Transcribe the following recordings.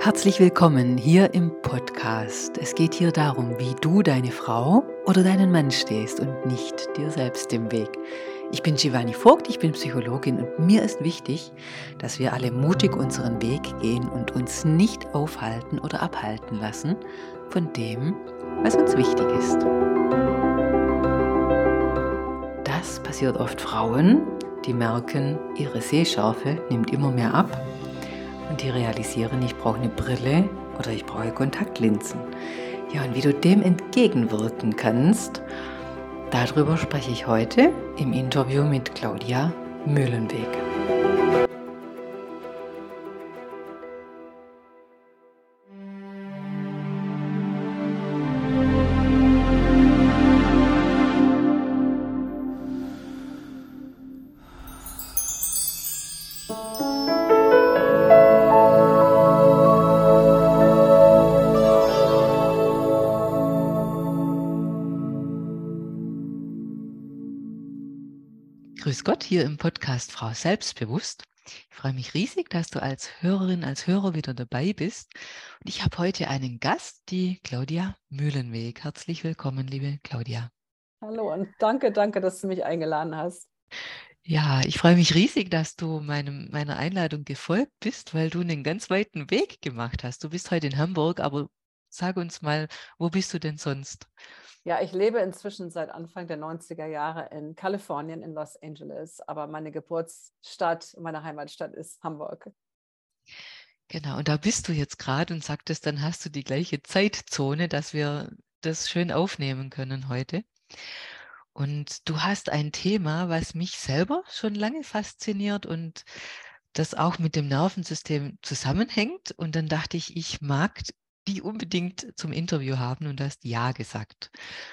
Herzlich willkommen hier im Podcast. Es geht hier darum, wie du deine Frau oder deinen Mann stehst und nicht dir selbst im Weg. Ich bin Giovanni Vogt, ich bin Psychologin und mir ist wichtig, dass wir alle mutig unseren Weg gehen und uns nicht aufhalten oder abhalten lassen von dem, was uns wichtig ist. Das passiert oft Frauen, die merken, ihre Sehschärfe nimmt immer mehr ab. Und die realisieren, ich brauche eine Brille oder ich brauche Kontaktlinsen. Ja, und wie du dem entgegenwirken kannst, darüber spreche ich heute im Interview mit Claudia Mühlenweg. Grüß Gott, hier im Podcast Frau Selbstbewusst. Ich freue mich riesig, dass du als Hörerin, als Hörer wieder dabei bist. Und ich habe heute einen Gast, die Claudia Mühlenweg. Herzlich willkommen, liebe Claudia. Hallo und danke, dass du mich eingeladen hast. Ja, ich freue mich riesig, dass du meiner Einladung gefolgt bist, weil du einen ganz weiten Weg gemacht hast. Du bist heute in Hamburg, aber sag uns mal, wo bist du denn sonst? Ja, ich lebe inzwischen seit Anfang der 90er Jahre in Kalifornien, in Los Angeles, aber meine Geburtsstadt, meine Heimatstadt ist Hamburg. Genau, und da bist du jetzt gerade und sagtest, dann hast du die gleiche Zeitzone, dass wir das schön aufnehmen können heute. Und du hast ein Thema, was mich selber schon lange fasziniert und das auch mit dem Nervensystem zusammenhängt. Und dann dachte ich, ich mag die unbedingt zum Interview haben und du hast ja gesagt.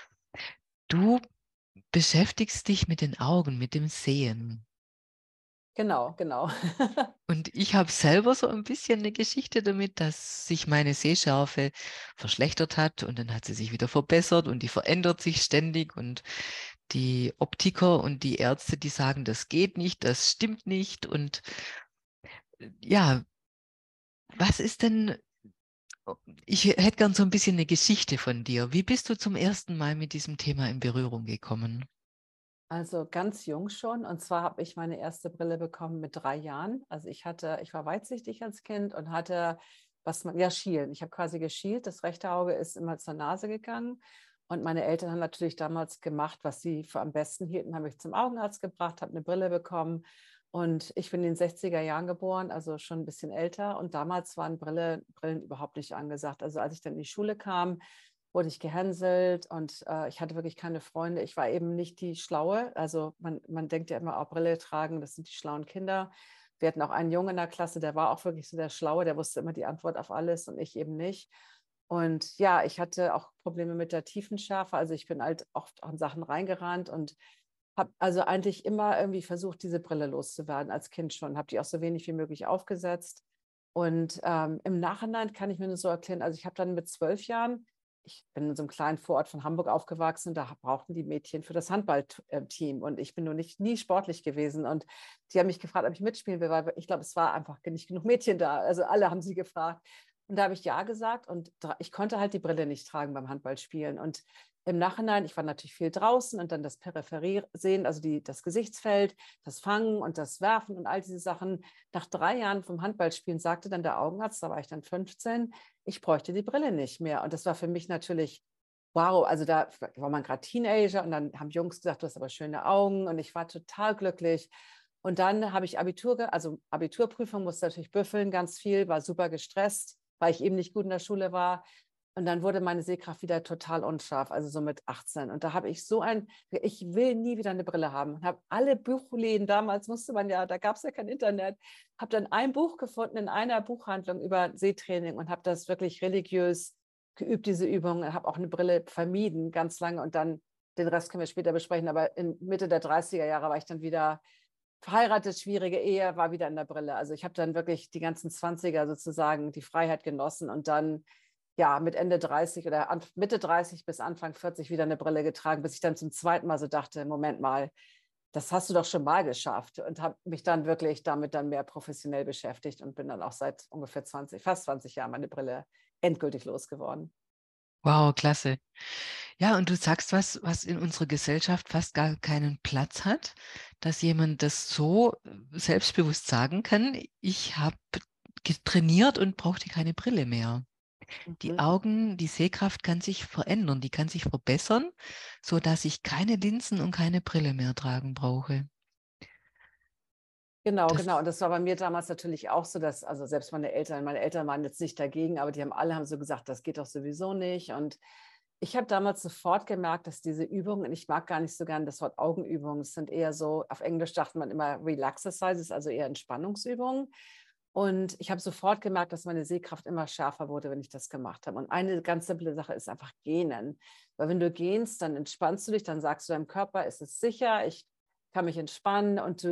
Du beschäftigst dich mit den Augen, mit dem Sehen. Genau. Und ich habe selber so ein bisschen eine Geschichte damit, dass sich meine Sehschärfe verschlechtert hat und dann hat sie sich wieder verbessert und die verändert sich ständig und die Optiker und die Ärzte, die sagen, das geht nicht, das stimmt nicht und ja, was ist denn, ich hätte gern so ein bisschen eine Geschichte von dir. Wie bist du zum ersten Mal mit diesem Thema in Berührung gekommen? Also ganz jung schon. Und zwar habe ich meine erste Brille bekommen mit 3 Jahren. Also ich war weitsichtig als Kind und hatte, Schielen. Ich habe quasi geschielt. Das rechte Auge ist immer zur Nase gegangen. Und meine Eltern haben natürlich damals gemacht, was sie für am besten hielten, habe ich zum Augenarzt gebracht, habe eine Brille bekommen. Und ich bin in den 60er Jahren geboren, also schon ein bisschen älter. Und damals waren Brillen überhaupt nicht angesagt. Also als ich dann in die Schule kam, wurde ich gehänselt und ich hatte wirklich keine Freunde. Ich war eben nicht die Schlaue. Also man denkt ja immer, auch Brille tragen, das sind die schlauen Kinder. Wir hatten auch einen Jungen in der Klasse, der war auch wirklich so der Schlaue, der wusste immer die Antwort auf alles und ich eben nicht. Und ja, ich hatte auch Probleme mit der Tiefenschärfe. Also ich bin halt oft an Sachen reingerannt und habe also eigentlich immer irgendwie versucht, diese Brille loszuwerden, als Kind schon. Habe die auch so wenig wie möglich aufgesetzt. Und im Nachhinein kann ich mir das so erklären, also ich habe dann mit 12 Jahren, ich bin in so einem kleinen Vorort von Hamburg aufgewachsen, da brauchten die Mädchen für das Handballteam und ich bin nur nie sportlich gewesen und die haben mich gefragt, ob ich mitspielen will, weil ich glaube, es war einfach nicht genug Mädchen da, also alle haben sie gefragt und da habe ich ja gesagt und ich konnte halt die Brille nicht tragen beim Handballspielen und im Nachhinein, ich war natürlich viel draußen und dann das Peripherie sehen, also das Gesichtsfeld, das Fangen und das Werfen und all diese Sachen. Nach 3 Jahren vom Handballspielen sagte dann der Augenarzt, da war ich dann 15, ich bräuchte die Brille nicht mehr. Und das war für mich natürlich, wow, also da war man gerade Teenager und dann haben Jungs gesagt, du hast aber schöne Augen und ich war total glücklich. Und dann habe ich also Abiturprüfung, musste natürlich büffeln, ganz viel, war super gestresst, weil ich eben nicht gut in der Schule war. Und dann wurde meine Sehkraft wieder total unscharf, also so mit 18. Und da habe ich ich will nie wieder eine Brille haben. Und habe alle Buchläden, damals musste man ja, da gab es ja kein Internet, habe dann ein Buch gefunden in einer Buchhandlung über Sehtraining und habe das wirklich religiös geübt, diese Übung. Habe auch eine Brille vermieden, ganz lange. Und dann, den Rest können wir später besprechen, aber in Mitte der 30er Jahre war ich dann wieder verheiratet, schwierige Ehe, war wieder in der Brille. Also ich habe dann wirklich die ganzen 20er sozusagen die Freiheit genossen und dann ja, mit Ende 30 oder Mitte 30 bis Anfang 40 wieder eine Brille getragen, bis ich dann zum zweiten Mal so dachte, Moment mal, das hast du doch schon mal geschafft, und habe mich dann wirklich damit dann mehr professionell beschäftigt und bin dann auch seit ungefähr 20, fast 20 Jahren meine Brille endgültig losgeworden. Wow, klasse. Ja, und du sagst was, was in unserer Gesellschaft fast gar keinen Platz hat, dass jemand das so selbstbewusst sagen kann, ich habe trainiert und brauchte keine Brille mehr. Die Mhm. Augen, die Sehkraft kann sich verändern, die kann sich verbessern, so dass ich keine Linsen und keine Brille mehr tragen brauche. Genau, Das, genau. Und das war bei mir damals natürlich auch so, dass, also selbst meine Eltern waren jetzt nicht dagegen, aber die haben so gesagt, das geht doch sowieso nicht. Und ich habe damals sofort gemerkt, dass diese Übungen, ich mag gar nicht so gern das Wort Augenübungen, es sind eher so, auf Englisch sagt man immer Relax Exercises, also eher Entspannungsübungen. Und ich habe sofort gemerkt, dass meine Sehkraft immer schärfer wurde, wenn ich das gemacht habe. Und eine ganz simple Sache ist einfach Gähnen. Weil wenn du gähnst, dann entspannst du dich, dann sagst du deinem Körper, es ist sicher, ich kann mich entspannen, und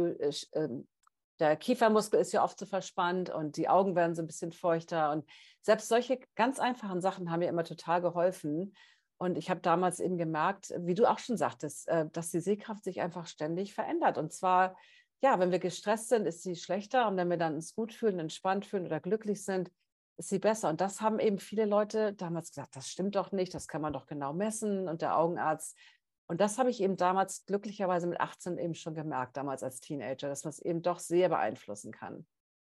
der Kiefermuskel ist ja oft so verspannt und die Augen werden so ein bisschen feuchter. Und selbst solche ganz einfachen Sachen haben mir immer total geholfen. Und ich habe damals eben gemerkt, wie du auch schon sagtest, dass die Sehkraft sich einfach ständig verändert. Und zwar, ja, wenn wir gestresst sind, ist sie schlechter. Und wenn wir dann uns gut fühlen, entspannt fühlen oder glücklich sind, ist sie besser. Und das haben eben viele Leute damals gesagt, das stimmt doch nicht, das kann man doch genau messen. Und der Augenarzt, und das habe ich eben damals glücklicherweise mit 18 eben schon gemerkt, damals als Teenager, dass man es eben doch sehr beeinflussen kann.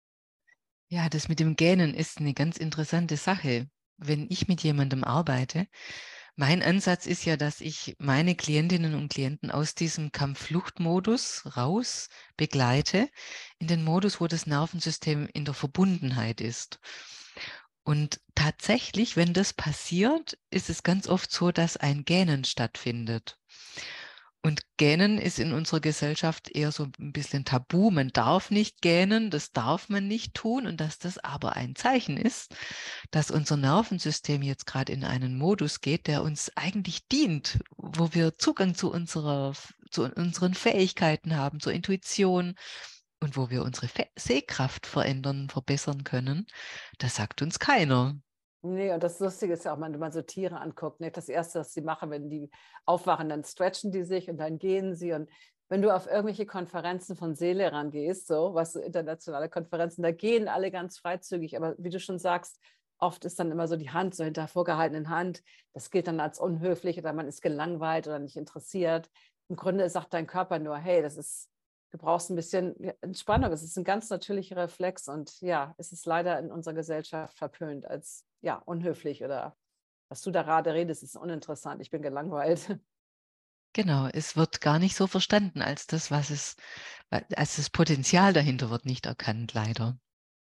ja, das mit dem Gähnen ist eine ganz interessante Sache. Wenn ich mit jemandem arbeite, mein Ansatz ist ja, dass ich meine Klientinnen und Klienten aus diesem Kampf-Flucht-Modus raus begleite in den Modus, wo das Nervensystem in der Verbundenheit ist. Und tatsächlich, wenn das passiert, ist es ganz oft so, dass ein Gähnen stattfindet. Und Gähnen ist in unserer Gesellschaft eher so ein bisschen tabu. Man darf nicht gähnen, das darf man nicht tun. Und dass das aber ein Zeichen ist, dass unser Nervensystem jetzt gerade in einen Modus geht, der uns eigentlich dient, wo wir Zugang zu unseren Fähigkeiten haben, zur Intuition und wo wir unsere Sehkraft verändern, verbessern können. Das sagt uns keiner. Nee, und das Lustige ist ja auch, wenn man so Tiere anguckt, ne? Das Erste, was sie machen, wenn die aufwachen, dann stretchen die sich und dann gehen sie. Und wenn du auf irgendwelche Konferenzen von Seelehrern gehst, so, was so internationale Konferenzen, da gehen alle ganz freizügig. Aber wie du schon sagst, oft ist dann immer so die Hand so hinter vorgehaltenen Hand. Das gilt dann als unhöflich oder man ist gelangweilt oder nicht interessiert. Im Grunde sagt dein Körper nur, hey, du brauchst ein bisschen Entspannung. Es ist ein ganz natürlicher Reflex, und ja, es ist leider in unserer Gesellschaft verpönt als ja, unhöflich, oder was du da gerade redest, ist uninteressant. Ich bin gelangweilt. Genau, es wird gar nicht so verstanden als das, als das Potenzial dahinter wird nicht erkannt, leider.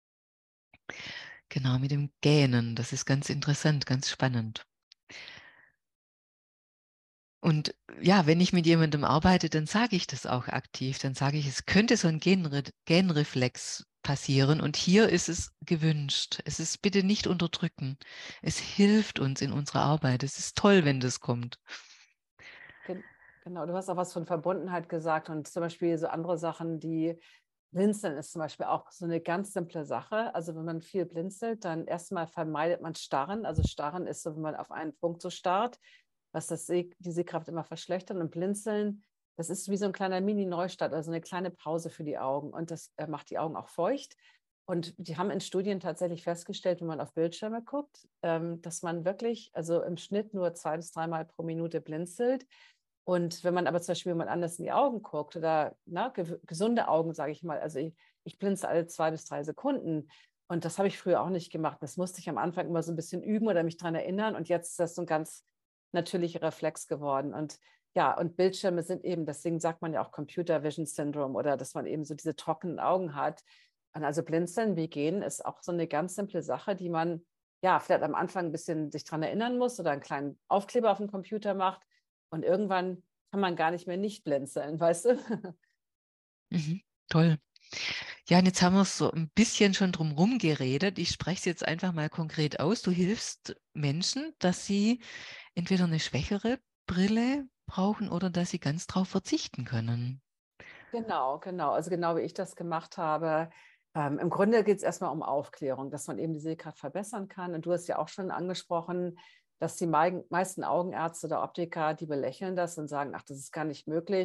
Genau, mit dem Gähnen, das ist ganz interessant, ganz spannend. Und ja, wenn ich mit jemandem arbeite, dann sage ich das auch aktiv. Dann sage ich, es könnte so ein Genreflex passieren und hier ist es gewünscht. Es ist bitte nicht unterdrücken. Es hilft uns in unserer Arbeit. Es ist toll, wenn das kommt. Gen Genau, du hast auch was von Verbundenheit gesagt, und zum Beispiel so andere Sachen, die Blinzeln ist zum Beispiel auch so eine ganz simple Sache. Also wenn man viel blinzelt, dann erstmal vermeidet man Starren. Also Starren ist so, wenn man auf einen Punkt so starrt, was die Sehkraft immer verschlechtert. Und Blinzeln, das ist wie so ein kleiner Mini-Neustart, also eine kleine Pause für die Augen. Und das macht die Augen auch feucht. Und die haben in Studien tatsächlich festgestellt, wenn man auf Bildschirme guckt, dass man wirklich, also im Schnitt nur 2 bis 3 Mal pro Minute blinzelt. Und wenn man aber zum Beispiel jemand anders in die Augen guckt oder gesunde Augen, sage ich mal, also ich blinze alle 2 bis 3 Sekunden. Und das habe ich früher auch nicht gemacht. Das musste ich am Anfang immer so ein bisschen üben oder mich daran erinnern. Und jetzt ist das so ein ganz natürlicher Reflex geworden. Und ja, und Bildschirme sind eben, deswegen sagt man ja auch Computer Vision Syndrome, oder dass man eben so diese trockenen Augen hat. Und also Blinzeln wie gehen ist auch so eine ganz simple Sache, die man ja vielleicht am Anfang ein bisschen sich daran erinnern muss oder einen kleinen Aufkleber auf dem Computer macht. Und irgendwann kann man gar nicht mehr nicht blinzeln, weißt du? Mhm, toll. Ja, und jetzt haben wir so ein bisschen schon drumherum geredet. Ich spreche es jetzt einfach mal konkret aus. Du hilfst Menschen, dass sie entweder eine schwächere Brille brauchen oder dass sie ganz drauf verzichten können. Genau, genau. Also genau wie ich das gemacht habe. Im Grunde geht es erstmal um Aufklärung, dass man eben die Sehkraft verbessern kann. Und du hast ja auch schon angesprochen, dass die meisten Augenärzte oder Optiker, die belächeln das und sagen, ach, das ist gar nicht möglich.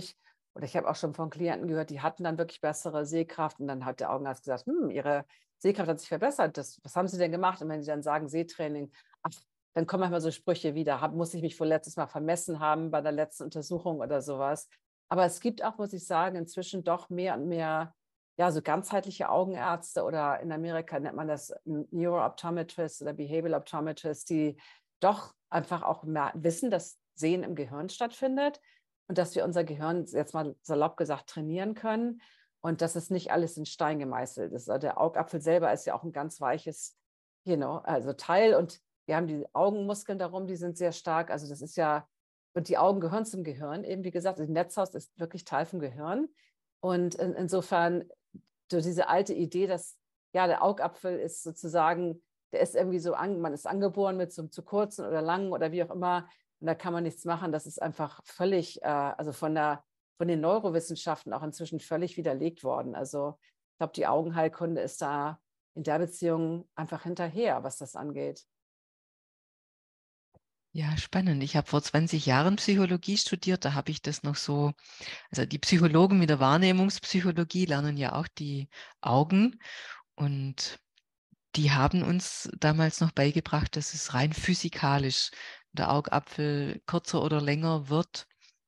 Oder ich habe auch schon von Klienten gehört, die hatten dann wirklich bessere Sehkraft und dann hat der Augenarzt gesagt, ihre Sehkraft hat sich verbessert. Was haben Sie denn gemacht? Und wenn sie dann sagen Sehtraining, ach, dann kommen manchmal so Sprüche wieder, muss ich mich wohl letztes Mal vermessen haben bei der letzten Untersuchung oder sowas. Aber es gibt auch, muss ich sagen, inzwischen doch mehr und mehr, ja, so ganzheitliche Augenärzte oder in Amerika nennt man das Neurooptometrist oder Behavioral Optometrist, die doch einfach auch wissen, dass Sehen im Gehirn stattfindet und dass wir unser Gehirn, jetzt mal salopp gesagt, trainieren können und dass es nicht alles in Stein gemeißelt ist. Also der Augapfel selber ist ja auch ein ganz weiches, also Teil und wir haben die Augenmuskeln darum, die sind sehr stark. Also das ist ja, und die Augen gehören zum Gehirn. Eben wie gesagt, das Netzhaus ist wirklich Teil vom Gehirn. Und insofern, so diese alte Idee, dass ja, der Augapfel ist sozusagen, der ist irgendwie so, man ist angeboren mit so einem zu kurzen oder langen oder wie auch immer. Und da kann man nichts machen. Das ist einfach völlig, also von den Neurowissenschaften auch inzwischen völlig widerlegt worden. Also ich glaube, die Augenheilkunde ist da in der Beziehung einfach hinterher, was das angeht. Ja, spannend. Ich habe vor 20 Jahren Psychologie studiert, da habe ich das noch so, also die Psychologen mit der Wahrnehmungspsychologie lernen ja auch die Augen und die haben uns damals noch beigebracht, dass es rein physikalisch der Augapfel kürzer oder länger wird.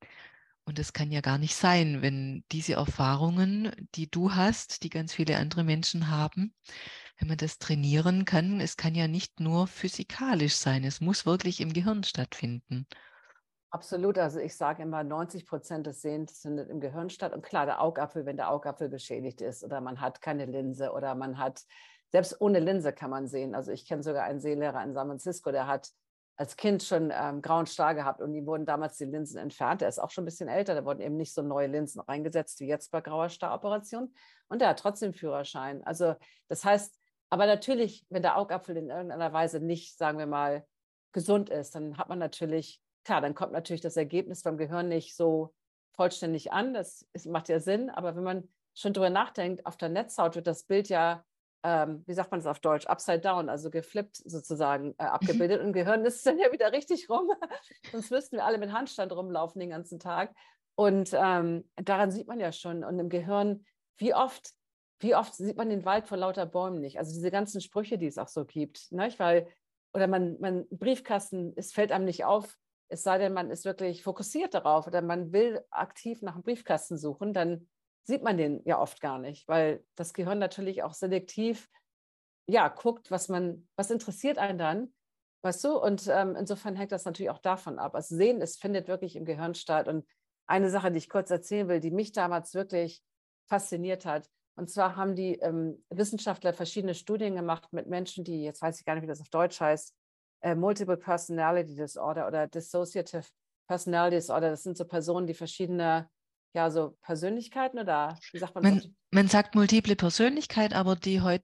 Und das kann ja gar nicht sein, wenn diese Erfahrungen, die du hast, die ganz viele andere Menschen haben, wenn man das trainieren kann, es kann ja nicht nur physikalisch sein, es muss wirklich im Gehirn stattfinden. Absolut, also ich sage immer, 90% des Sehens findet im Gehirn statt. Und klar, der Augapfel, wenn der Augapfel beschädigt ist oder man hat keine Linse oder man hat, selbst ohne Linse kann man sehen. Also ich kenne sogar einen Sehlehrer in San Francisco, der hat als Kind schon grauen Star gehabt und die wurden damals die Linsen entfernt. Der ist auch schon ein bisschen älter, da wurden eben nicht so neue Linsen reingesetzt wie jetzt bei grauer Star-Operationen. Und der hat trotzdem Führerschein. Also das heißt, aber natürlich, wenn der Augapfel in irgendeiner Weise nicht, sagen wir mal, gesund ist, dann hat man natürlich, klar, dann kommt natürlich das Ergebnis beim Gehirn nicht so vollständig an. Macht ja Sinn. Aber wenn man schon drüber nachdenkt, auf der Netzhaut wird das Bild ja, wie sagt man das auf Deutsch, upside down, also geflippt sozusagen Mhm. abgebildet. Und im Gehirn ist es dann ja wieder richtig rum. Sonst müssten wir alle mit Handstand rumlaufen den ganzen Tag. Und daran sieht man ja schon. Und im Gehirn, wie oft, wie oft sieht man den Wald vor lauter Bäumen nicht? Also diese ganzen Sprüche, die es auch so gibt. Ne? Weil, oder man Briefkasten, es fällt einem nicht auf, es sei denn, man ist wirklich fokussiert darauf oder man will aktiv nach einem Briefkasten suchen, dann sieht man den ja oft gar nicht, weil das Gehirn natürlich auch selektiv ja, guckt, was interessiert einen dann, weißt du? Und insofern hängt das natürlich auch davon ab. Also Sehen, es findet wirklich im Gehirn statt. Und eine Sache, die ich kurz erzählen will, die mich damals wirklich fasziniert hat, und zwar haben die Wissenschaftler verschiedene Studien gemacht mit Menschen, die, jetzt weiß ich gar nicht, wie das auf Deutsch heißt, Multiple Personality Disorder oder Dissociative Personality Disorder. Das sind so Personen, die verschiedene, ja, so Persönlichkeiten oder wie sagt man das auf Man sagt multiple Persönlichkeit, aber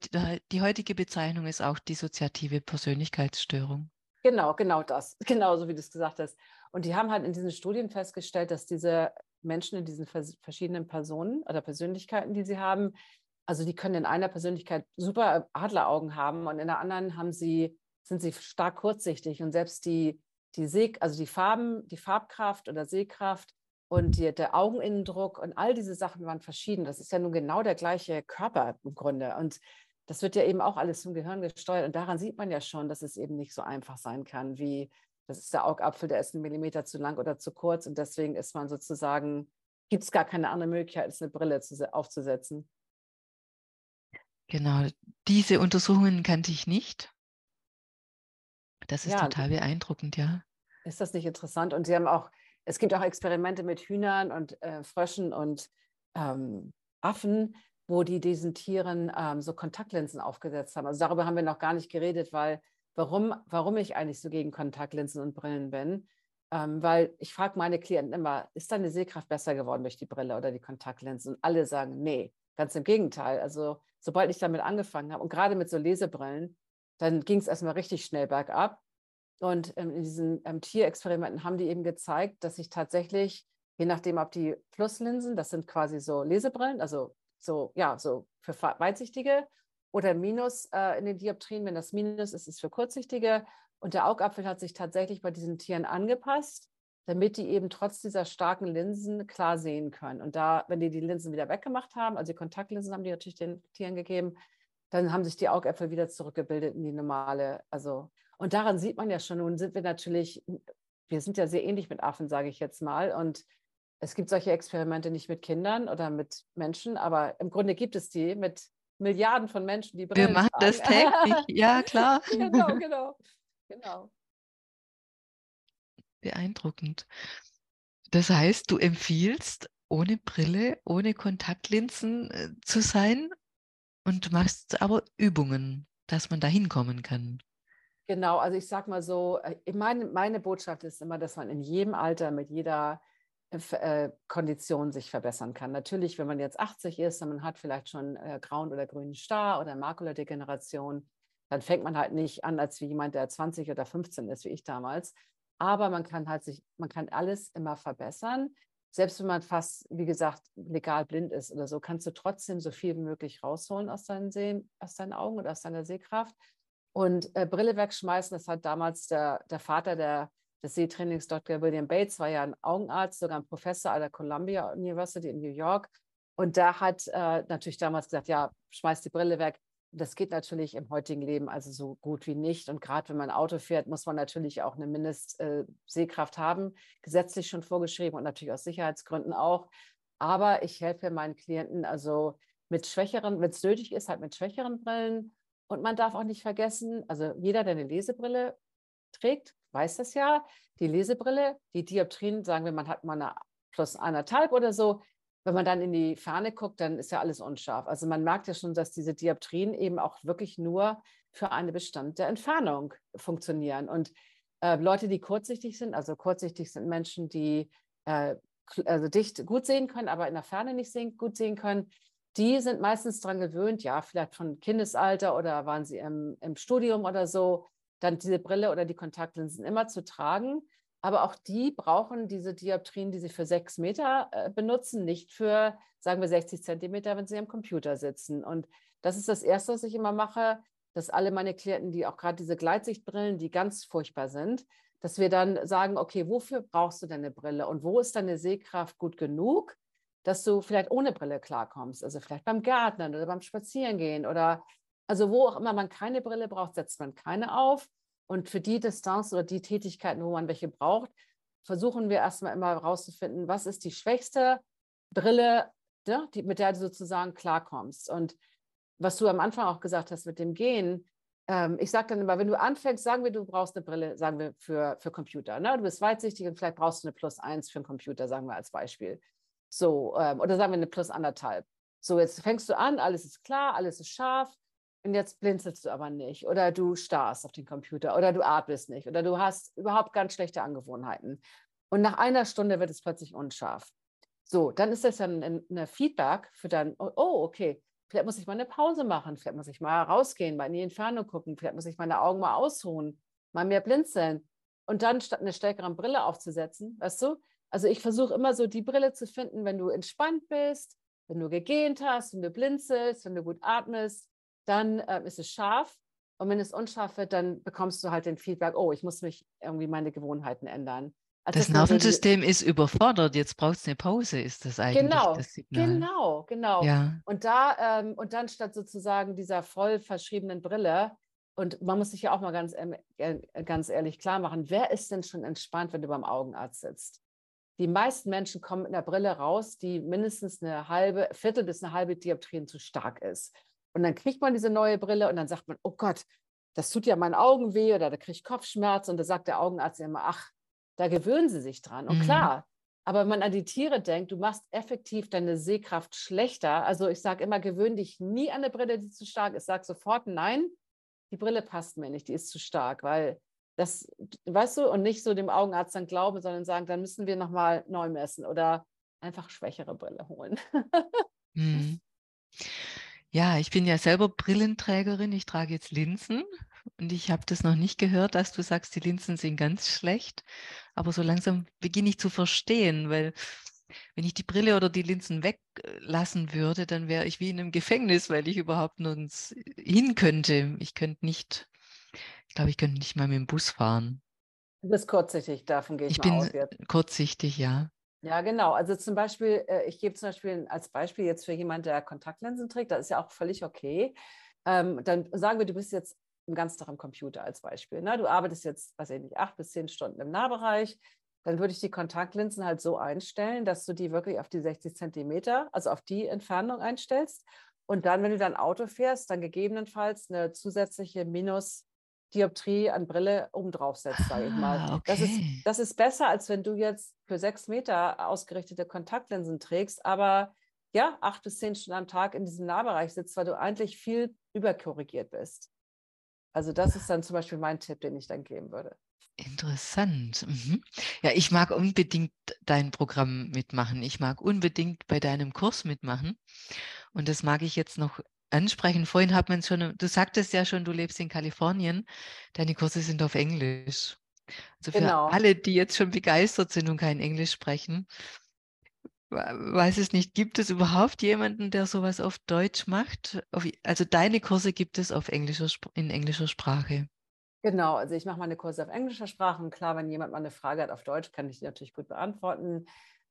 die heutige Bezeichnung ist auch dissoziative Persönlichkeitsstörung. Genau, genau das. Genauso wie du es gesagt hast. Und die haben halt in diesen Studien festgestellt, dass diese Menschen in diesen verschiedenen Personen oder Persönlichkeiten, die sie haben, also die können in einer Persönlichkeit super Adleraugen haben und in der anderen sind sie stark kurzsichtig und selbst also die Farben, die Farbkraft oder Sehkraft und der Augeninnendruck und all diese Sachen waren verschieden. Das ist ja nun genau der gleiche Körper im Grunde. Und das wird ja eben auch alles vom Gehirn gesteuert. Und daran sieht man ja schon, dass es eben nicht so einfach sein kann, wie das ist der Augapfel, der ist 1 Millimeter zu lang oder zu kurz. Und deswegen ist man sozusagen, gibt es gar keine andere Möglichkeit, als eine Brille aufzusetzen. Genau, diese Untersuchungen kannte ich nicht. Das ist Ja, total beeindruckend, ja. ist das nicht interessant? Und sie haben auch, es gibt auch Experimente mit Hühnern und Fröschen und Affen, wo die diesen Tieren so Kontaktlinsen aufgesetzt haben. Also darüber haben wir noch gar nicht geredet, weil warum ich eigentlich so gegen Kontaktlinsen und Brillen bin. Weil ich frage meine Klienten immer, ist deine Sehkraft besser geworden durch die Brille oder die Kontaktlinsen? Und alle sagen, nee, ganz im Gegenteil. Also sobald ich damit angefangen habe und gerade mit so Lesebrillen, dann ging es erstmal richtig schnell bergab. Und in diesen Tierexperimenten haben die eben gezeigt, dass sich tatsächlich, je nachdem, ob die Pluslinsen, das sind quasi so Lesebrillen, also so, ja, so für Weitsichtige, oder Minus in den Dioptrien, wenn das Minus ist, ist es für Kurzsichtige. Und der Augapfel hat sich tatsächlich bei diesen Tieren angepasst. damit die eben trotz dieser starken Linsen klar sehen können. Und da, wenn die Linsen wieder weggemacht haben, also die Kontaktlinsen haben die natürlich den Tieren gegeben, dann haben sich die Augäpfel wieder zurückgebildet in die normale, also, und daran sieht man ja schon, nun sind wir natürlich, wir sind ja sehr ähnlich mit Affen, sage ich jetzt mal, und es gibt solche Experimente nicht mit Kindern oder mit Menschen, aber im Grunde gibt es die mit Milliarden von Menschen, die Wir Brillen machen tragen. das täglich, ja klar. Genau, genau, genau. Beeindruckend. Das heißt, du empfiehlst, ohne Brille, ohne Kontaktlinsen zu sein und machst aber Übungen, dass man da hinkommen kann. Genau, also ich sage mal so, meine Botschaft ist immer, dass man in jedem Alter mit jeder Kondition sich verbessern kann. Natürlich, wenn man jetzt 80 ist und man hat vielleicht schon grauen oder grünen Star oder Makuladegeneration, dann fängt man halt nicht an als wie jemand, der 20 oder 15 ist, wie ich damals. Aber man kann halt man kann alles immer verbessern. Selbst wenn man fast, wie gesagt, legal blind ist oder so, kannst du trotzdem so viel wie möglich rausholen aus aus deinen Augen oder aus deiner Sehkraft. Und Brille wegschmeißen, das hat damals der Vater des Sehtrainings, Dr. William Bates, war ja ein Augenarzt, sogar ein Professor an der Columbia University in New York. Und der hat natürlich damals gesagt, ja, schmeiß die Brille weg. Das geht natürlich im heutigen Leben also so gut wie nicht. Und gerade wenn man Auto fährt, muss man natürlich auch eine Mindest-Sehkraft haben, gesetzlich schon vorgeschrieben und natürlich aus Sicherheitsgründen auch. Aber ich helfe meinen Klienten also mit schwächeren, wenn es nötig ist, halt mit schwächeren Brillen. Und man darf auch nicht vergessen, also jeder, der eine Lesebrille trägt, weiß das ja, die Lesebrille, die Dioptrien, sagen wir, man hat mal eine +1,5 oder so. Wenn man dann in die Ferne guckt, dann ist ja alles unscharf. Also man merkt ja schon, dass diese Dioptrien eben auch wirklich nur für eine bestimmte Entfernung funktionieren. Und Leute, die kurzsichtig sind, also kurzsichtig sind Menschen, die also dicht gut sehen können, aber in der Ferne nicht gut sehen können, die sind meistens daran gewöhnt, ja, vielleicht von Kindesalter oder waren sie im Studium oder so, dann diese Brille oder die Kontaktlinsen immer zu tragen. Aber auch die brauchen diese Dioptrien, die sie für 6 Meter benutzen, nicht für, sagen wir, 60 Zentimeter, wenn sie am Computer sitzen. Und das ist das Erste, was ich immer mache, dass alle meine Klienten, die auch gerade diese Gleitsichtbrillen, die ganz furchtbar sind, dass wir dann sagen, okay, wofür brauchst du denn eine Brille und wo ist deine Sehkraft gut genug, dass du vielleicht ohne Brille klarkommst, also vielleicht beim Gärtnern oder beim Spazierengehen oder also wo auch immer man keine Brille braucht, setzt man keine auf. Und für die Distanz oder die Tätigkeiten, wo man welche braucht, versuchen wir erstmal immer herauszufinden, was ist die schwächste Brille, ne, mit der du sozusagen klarkommst. Und was du am Anfang auch gesagt hast mit dem Gehen, ich sage dann immer, wenn du anfängst, sagen wir, du brauchst eine Brille, sagen wir, für Computer. Ne? Du bist weitsichtig und vielleicht brauchst du eine +1 für einen Computer, sagen wir als Beispiel. So, oder sagen wir eine +1,5. So, jetzt fängst du an, alles ist klar, alles ist scharf und jetzt blinzelst du aber nicht oder du starrst auf den Computer oder du atmest nicht oder du hast überhaupt ganz schlechte Angewohnheiten. Und nach einer Stunde wird es plötzlich unscharf. So, dann ist das ja eine Feedback für dann, oh, okay, vielleicht muss ich mal eine Pause machen, vielleicht muss ich mal rausgehen, mal in die Entfernung gucken, vielleicht muss ich meine Augen mal ausruhen, mal mehr blinzeln. Und dann statt eine stärkere Brille aufzusetzen, weißt du, also ich versuche immer so die Brille zu finden, wenn du entspannt bist, wenn du gegähnt hast, wenn du blinzelst, wenn du gut atmest, dann ist es scharf. Und wenn es unscharf wird, dann bekommst du halt den Feedback, oh, ich muss mich irgendwie meine Gewohnheiten ändern. Also Das das ist immer so die, Nervensystem ist überfordert, jetzt braucht es eine Pause, ist das eigentlich genau, das Signal. genau, genau. Ja, Und dann statt sozusagen dieser voll verschriebenen Brille, und man muss sich ja auch mal ganz ehrlich klar machen, wer ist denn schon entspannt, wenn du beim Augenarzt sitzt? Die meisten Menschen kommen mit einer Brille raus, die mindestens eine halbe, Viertel bis eine halbe Dioptrien zu stark ist. Und dann kriegt man diese neue Brille und dann sagt man, oh Gott, das tut ja meinen Augen weh oder da kriege ich Kopfschmerz. Und da sagt der Augenarzt immer, ach, da gewöhnen Sie sich dran. Und mhm. klar, aber wenn man an die Tiere denkt, du machst effektiv deine Sehkraft schlechter. Also ich sage immer, gewöhn dich nie an eine Brille, die zu stark ist. Sag sofort, nein, die Brille passt mir nicht, die ist zu stark, weil das, weißt du, und nicht so dem Augenarzt dann glauben, sondern sagen, dann müssen wir nochmal neu messen oder einfach schwächere Brille holen. Mhm. Ja, ich bin ja selber Brillenträgerin, ich trage jetzt Linsen und ich habe das noch nicht gehört, dass du sagst, die Linsen sind ganz schlecht, aber so langsam beginne ich zu verstehen, weil wenn ich die Brille oder die Linsen weglassen würde, dann wäre ich wie in einem Gefängnis, weil ich überhaupt nirgends hin könnte. Ich glaube, ich könnte nicht mal mit dem Bus fahren. Du bist kurzsichtig, davon gehe ich Ich mal aus bin jetzt. kurzsichtig, ja. Ja, genau. Also zum Beispiel, ich gebe zum Beispiel als Beispiel jetzt für jemanden, der Kontaktlinsen trägt, das ist ja auch völlig okay. Dann sagen wir, du bist jetzt den ganzen Tag am Computer als Beispiel. Ne? Du arbeitest jetzt, weiß ich nicht, 8 bis 10 Stunden im Nahbereich. Dann würde ich die Kontaktlinsen halt so einstellen, dass du die wirklich auf die 60 Zentimeter, also auf die Entfernung einstellst. Und dann, wenn du dann Auto fährst, dann gegebenenfalls eine zusätzliche Minusdioptrie an Brille obendrauf setzt, sage ich mal. Ah, Das ist, okay. das ist besser, als wenn du jetzt für 6 Meter ausgerichtete Kontaktlinsen trägst, aber ja, 8 bis 10 Stunden am Tag in diesem Nahbereich sitzt, weil du eigentlich viel überkorrigiert bist. Also das ist dann zum Beispiel mein Tipp, den ich dann geben würde. Interessant. Mhm. Ja, ich mag unbedingt dein Programm mitmachen. Ich mag unbedingt bei deinem Kurs mitmachen. Und das mag ich jetzt noch ansprechen. Vorhin hat man schon, du sagtest ja schon, du lebst in Kalifornien. Deine Kurse sind auf Englisch. Also für Genau. alle, die jetzt schon begeistert sind und kein Englisch sprechen, weiß es nicht, gibt es überhaupt jemanden, der sowas auf Deutsch macht? Also deine Kurse gibt es auf in englischer Sprache. Genau, also ich mache meine Kurse auf englischer Sprache und klar, wenn jemand mal eine Frage hat auf Deutsch, kann ich die natürlich gut beantworten.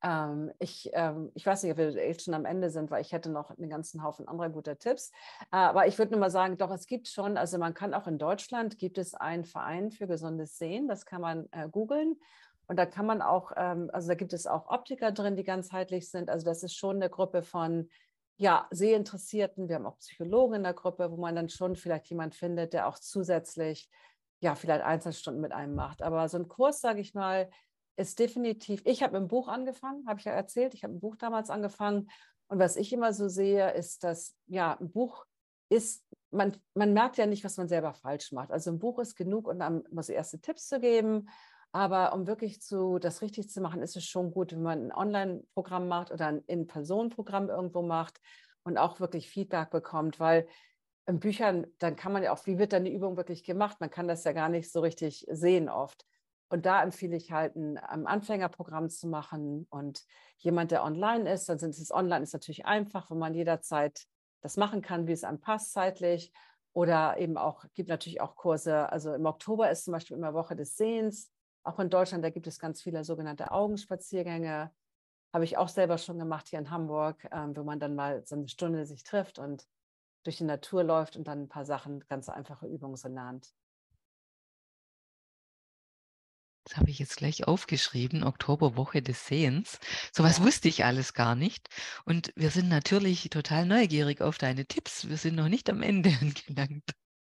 Ich weiß nicht, ob wir jetzt schon am Ende sind, weil ich hätte noch einen ganzen Haufen anderer guter Tipps. Aber ich würde nur mal sagen, doch, es gibt schon, also man kann auch in Deutschland, gibt es einen Verein für gesundes Sehen, das kann man googeln. Und da kann man auch, also da gibt es auch Optiker drin, die ganzheitlich sind. Also das ist schon eine Gruppe von, ja, Sehinteressierten. Wir haben auch Psychologen in der Gruppe, wo man dann schon vielleicht jemand findet, der auch zusätzlich ja, vielleicht Einzelstunden mit einem macht. Aber so ein Kurs, sage ich mal, ist definitiv, ich habe mit dem Buch angefangen, habe ich ja erzählt, ich habe ein Buch damals angefangen. Und was ich immer so sehe, ist, dass ja, ein Buch ist, man merkt ja nicht, was man selber falsch macht. Also ein Buch ist genug, und dann muss ich erste Tipps zu geben. Aber um wirklich das richtig zu machen, ist es schon gut, wenn man ein Online-Programm macht oder ein In-Person-Programm irgendwo macht und auch wirklich Feedback bekommt, weil in Büchern, dann kann man ja auch, wie wird dann die Übung wirklich gemacht? Man kann das ja gar nicht so richtig sehen oft. Und da empfehle ich halt, ein Anfängerprogramm zu machen, und jemand, der online ist, dann sind es online, ist natürlich einfach, wo man jederzeit das machen kann, wie es einem passt zeitlich. Oder eben auch, gibt natürlich auch Kurse, also im Oktober ist zum Beispiel immer Woche des Sehens. Auch in Deutschland, da gibt es ganz viele sogenannte Augenspaziergänge. Habe ich auch selber schon gemacht hier in Hamburg, wo man dann mal so eine Stunde sich trifft und durch die Natur läuft und dann ein paar Sachen, ganz einfache Übungen so lernt. Das habe ich jetzt gleich aufgeschrieben, Oktoberwoche des Sehens. Sowas Ja, wusste ich alles gar nicht. Und wir sind natürlich total neugierig auf deine Tipps. Wir sind noch nicht am Ende angelangt.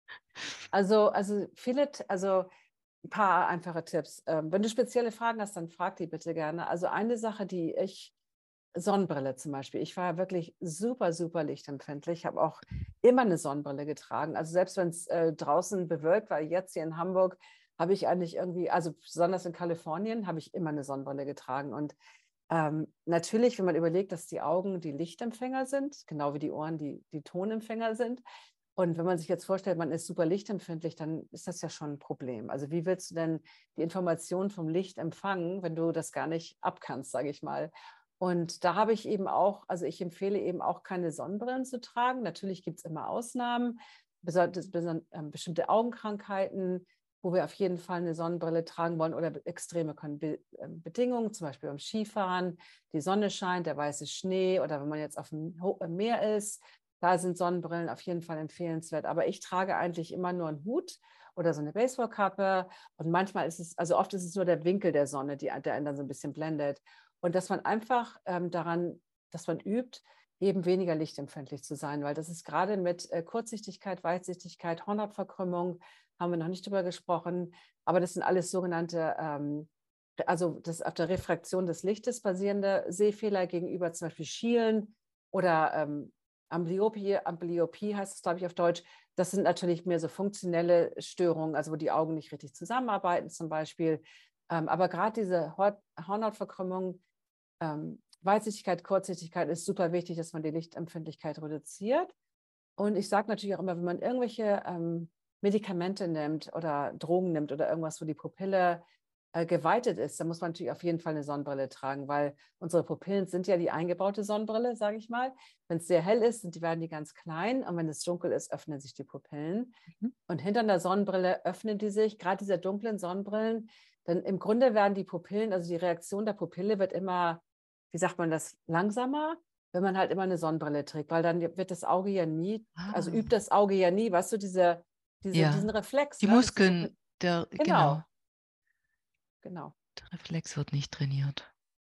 also ein paar einfache Tipps. Wenn du spezielle Fragen hast, dann frag die bitte gerne. Also eine Sache, Sonnenbrille zum Beispiel. Ich war ja wirklich super, super lichtempfindlich. Ich habe auch immer eine Sonnenbrille getragen. Also selbst wenn es draußen bewölkt war, jetzt hier in Hamburg, habe ich eigentlich irgendwie, also besonders in Kalifornien, habe ich immer eine Sonnenbrille getragen. Und natürlich, wenn man überlegt, dass die Augen die Lichtempfänger sind, genau wie die Ohren die Tonempfänger sind. Und wenn man sich jetzt vorstellt, man ist super lichtempfindlich, dann ist das ja schon ein Problem. Also wie willst du denn die Information vom Licht empfangen, wenn du das gar nicht abkannst, sage ich mal? Und da habe ich eben auch, also ich empfehle eben auch keine Sonnenbrillen zu tragen. Natürlich gibt es immer Ausnahmen, bestimmte Augenkrankheiten, wo wir auf jeden Fall eine Sonnenbrille tragen wollen, oder extreme Bedingungen, zum Beispiel beim Skifahren, die Sonne scheint, der weiße Schnee, oder wenn man jetzt auf dem Meer ist, da sind Sonnenbrillen auf jeden Fall empfehlenswert. Aber ich trage eigentlich immer nur einen Hut oder so eine Baseballkappe. Und manchmal ist es, also oft ist es nur der Winkel der Sonne, der einen dann so ein bisschen blendet. Und dass man einfach dass man übt, eben weniger lichtempfindlich zu sein, weil das ist gerade mit Kurzsichtigkeit, Weitsichtigkeit, Hornhautverkrümmung, haben wir noch nicht drüber gesprochen, aber das sind alles sogenannte, also das auf der Refraktion des Lichtes basierende Sehfehler gegenüber zum Beispiel Schielen oder Amblyopie heißt es, glaube ich, auf Deutsch. Das sind natürlich mehr so funktionelle Störungen, also wo die Augen nicht richtig zusammenarbeiten zum Beispiel. Aber gerade diese Hornhautverkrümmung, Weitsichtigkeit, Kurzsichtigkeit ist super wichtig, dass man die Lichtempfindlichkeit reduziert. Und ich sage natürlich auch immer, wenn man irgendwelche Medikamente nimmt oder Drogen nimmt oder irgendwas, wo die Pupille geweitet ist, dann muss man natürlich auf jeden Fall eine Sonnenbrille tragen, weil unsere Pupillen sind ja die eingebaute Sonnenbrille, sage ich mal. Wenn es sehr hell ist, werden die ganz klein, und wenn es dunkel ist, öffnen sich die Pupillen. Mhm. Und hinter der Sonnenbrille öffnen die sich, gerade diese dunklen Sonnenbrillen, Denn im Grunde werden die Pupillen, also die Reaktion der Pupille wird immer, wie sagt man das, langsamer, wenn man halt immer eine Sonnenbrille trägt, weil dann wird das Auge ja nie, also Ah, übt das Auge ja nie, weißt du, diesen ja. Reflex, Die ne? Dass die Muskeln, genau, genau, genau. der Reflex wird nicht trainiert.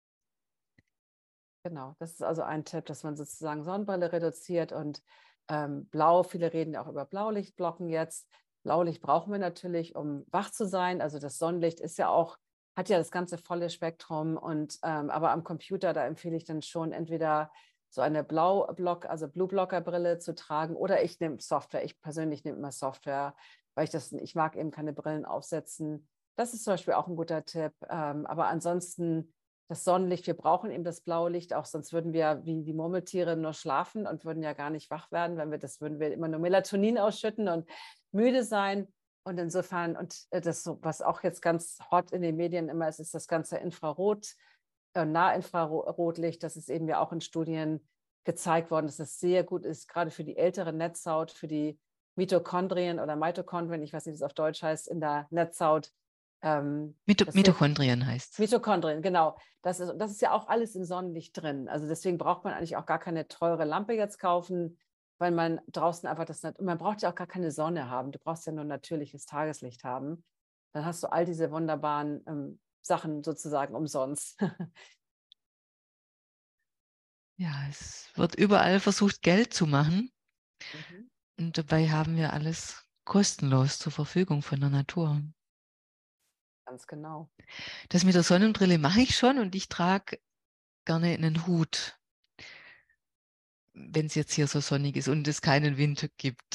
Genau, das ist also ein Tipp, dass man sozusagen Sonnenbrille reduziert und Blau, viele reden ja auch über Blaulichtblocken jetzt. Blaulicht brauchen wir natürlich, um wach zu sein. Also das Sonnenlicht ist ja auch, hat ja das ganze volle Spektrum und aber am Computer, da empfehle ich dann schon entweder so eine also Blue Blocker Brille zu tragen oder ich nehme Software. Ich persönlich nehme immer Software, weil ich mag eben keine Brillen aufsetzen. Das ist zum Beispiel auch ein guter Tipp. Aber ansonsten das Sonnenlicht, wir brauchen eben das blaue Licht, auch sonst würden wir wie die Murmeltiere nur schlafen und würden ja gar nicht wach werden, würden wir immer nur Melatonin ausschütten und müde sein. Und insofern, und das, was auch jetzt ganz hot in den Medien immer ist das ganze Infrarot, Nahinfrarotlicht, das ist eben ja auch in Studien gezeigt worden, dass das sehr gut ist, gerade für die ältere Netzhaut, für die Mitochondrien oder Mitochondrien, ich weiß nicht, wie es auf Deutsch heißt, in der Netzhaut. Das hilft, Mitochondrien heißt es. Mitochondrien, genau. Das ist ja auch alles im Sonnenlicht drin. Also deswegen braucht man eigentlich auch gar keine teure Lampe jetzt kaufen, weil man draußen einfach man braucht ja auch gar keine Sonne haben. Du brauchst ja nur natürliches Tageslicht haben. Dann hast du all diese wunderbaren Sachen sozusagen umsonst. Ja, es wird überall versucht, Geld zu machen. Mhm. Und dabei haben wir alles kostenlos zur Verfügung von der Natur. Ganz genau. Das mit der Sonnenbrille mache ich schon und ich trage gerne einen Hut, wenn es jetzt hier so sonnig ist und es keinen Wind gibt.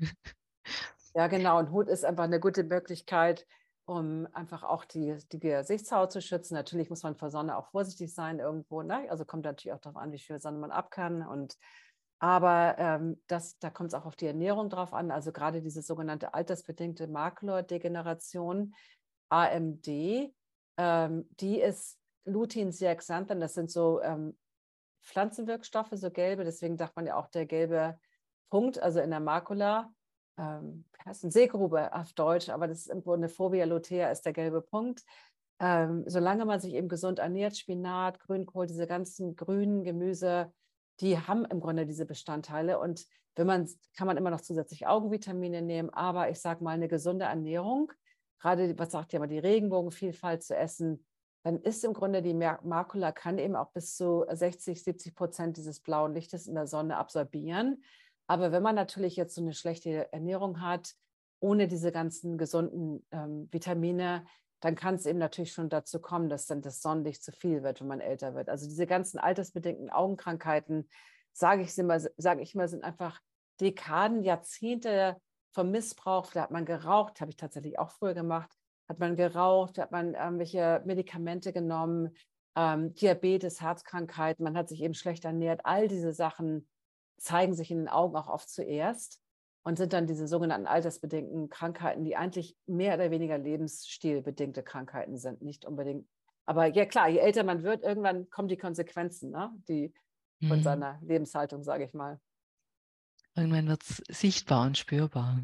Ja, genau. Und Hut ist einfach eine gute Möglichkeit, um einfach auch die Gesichtshaut zu schützen. Natürlich muss man vor Sonne auch vorsichtig sein irgendwo. Ne? Also kommt natürlich auch darauf an, wie viel Sonne man ab kann. Aber da kommt es auch auf die Ernährung drauf an. Also gerade diese sogenannte altersbedingte Makulardegeneration, AMD, die ist Lutein zeaxanthin. Das sind so Pflanzenwirkstoffe, so gelbe. Deswegen sagt man ja auch der gelbe Punkt, also in der Makula. Heißt eine Seegrube auf Deutsch, aber das ist irgendwo eine Fovea lutea, ist der gelbe Punkt. Solange man sich eben gesund ernährt, Spinat, Grünkohl, diese ganzen grünen Gemüse, die haben im Grunde diese Bestandteile. Und kann man immer noch zusätzlich Augenvitamine nehmen, aber ich sage mal, eine gesunde Ernährung, gerade, was sagt ja mal, die Regenbogenvielfalt zu essen, dann ist im Grunde die Makula kann eben auch bis zu 60-70% dieses blauen Lichtes in der Sonne absorbieren. Aber wenn man natürlich jetzt so eine schlechte Ernährung hat, ohne diese ganzen gesunden Vitamine, dann kann es eben natürlich schon dazu kommen, dass dann das Sonnenlicht zu viel wird, wenn man älter wird. Also diese ganzen altersbedingten Augenkrankheiten, sage ich immer, sind einfach Dekaden, Jahrzehnte vom Missbrauch. Da hat man geraucht, habe ich tatsächlich auch früher gemacht, hat man geraucht, hat man irgendwelche Medikamente genommen, Diabetes, Herzkrankheiten, man hat sich eben schlecht ernährt. All diese Sachen zeigen sich in den Augen auch oft zuerst und sind dann diese sogenannten altersbedingten Krankheiten, die eigentlich mehr oder weniger lebensstilbedingte Krankheiten sind, nicht unbedingt. Aber ja klar, je älter man wird, irgendwann kommen die Konsequenzen, ne? Die von Hm. seiner Lebenshaltung, sage ich mal. Irgendwann wird es sichtbar und spürbar.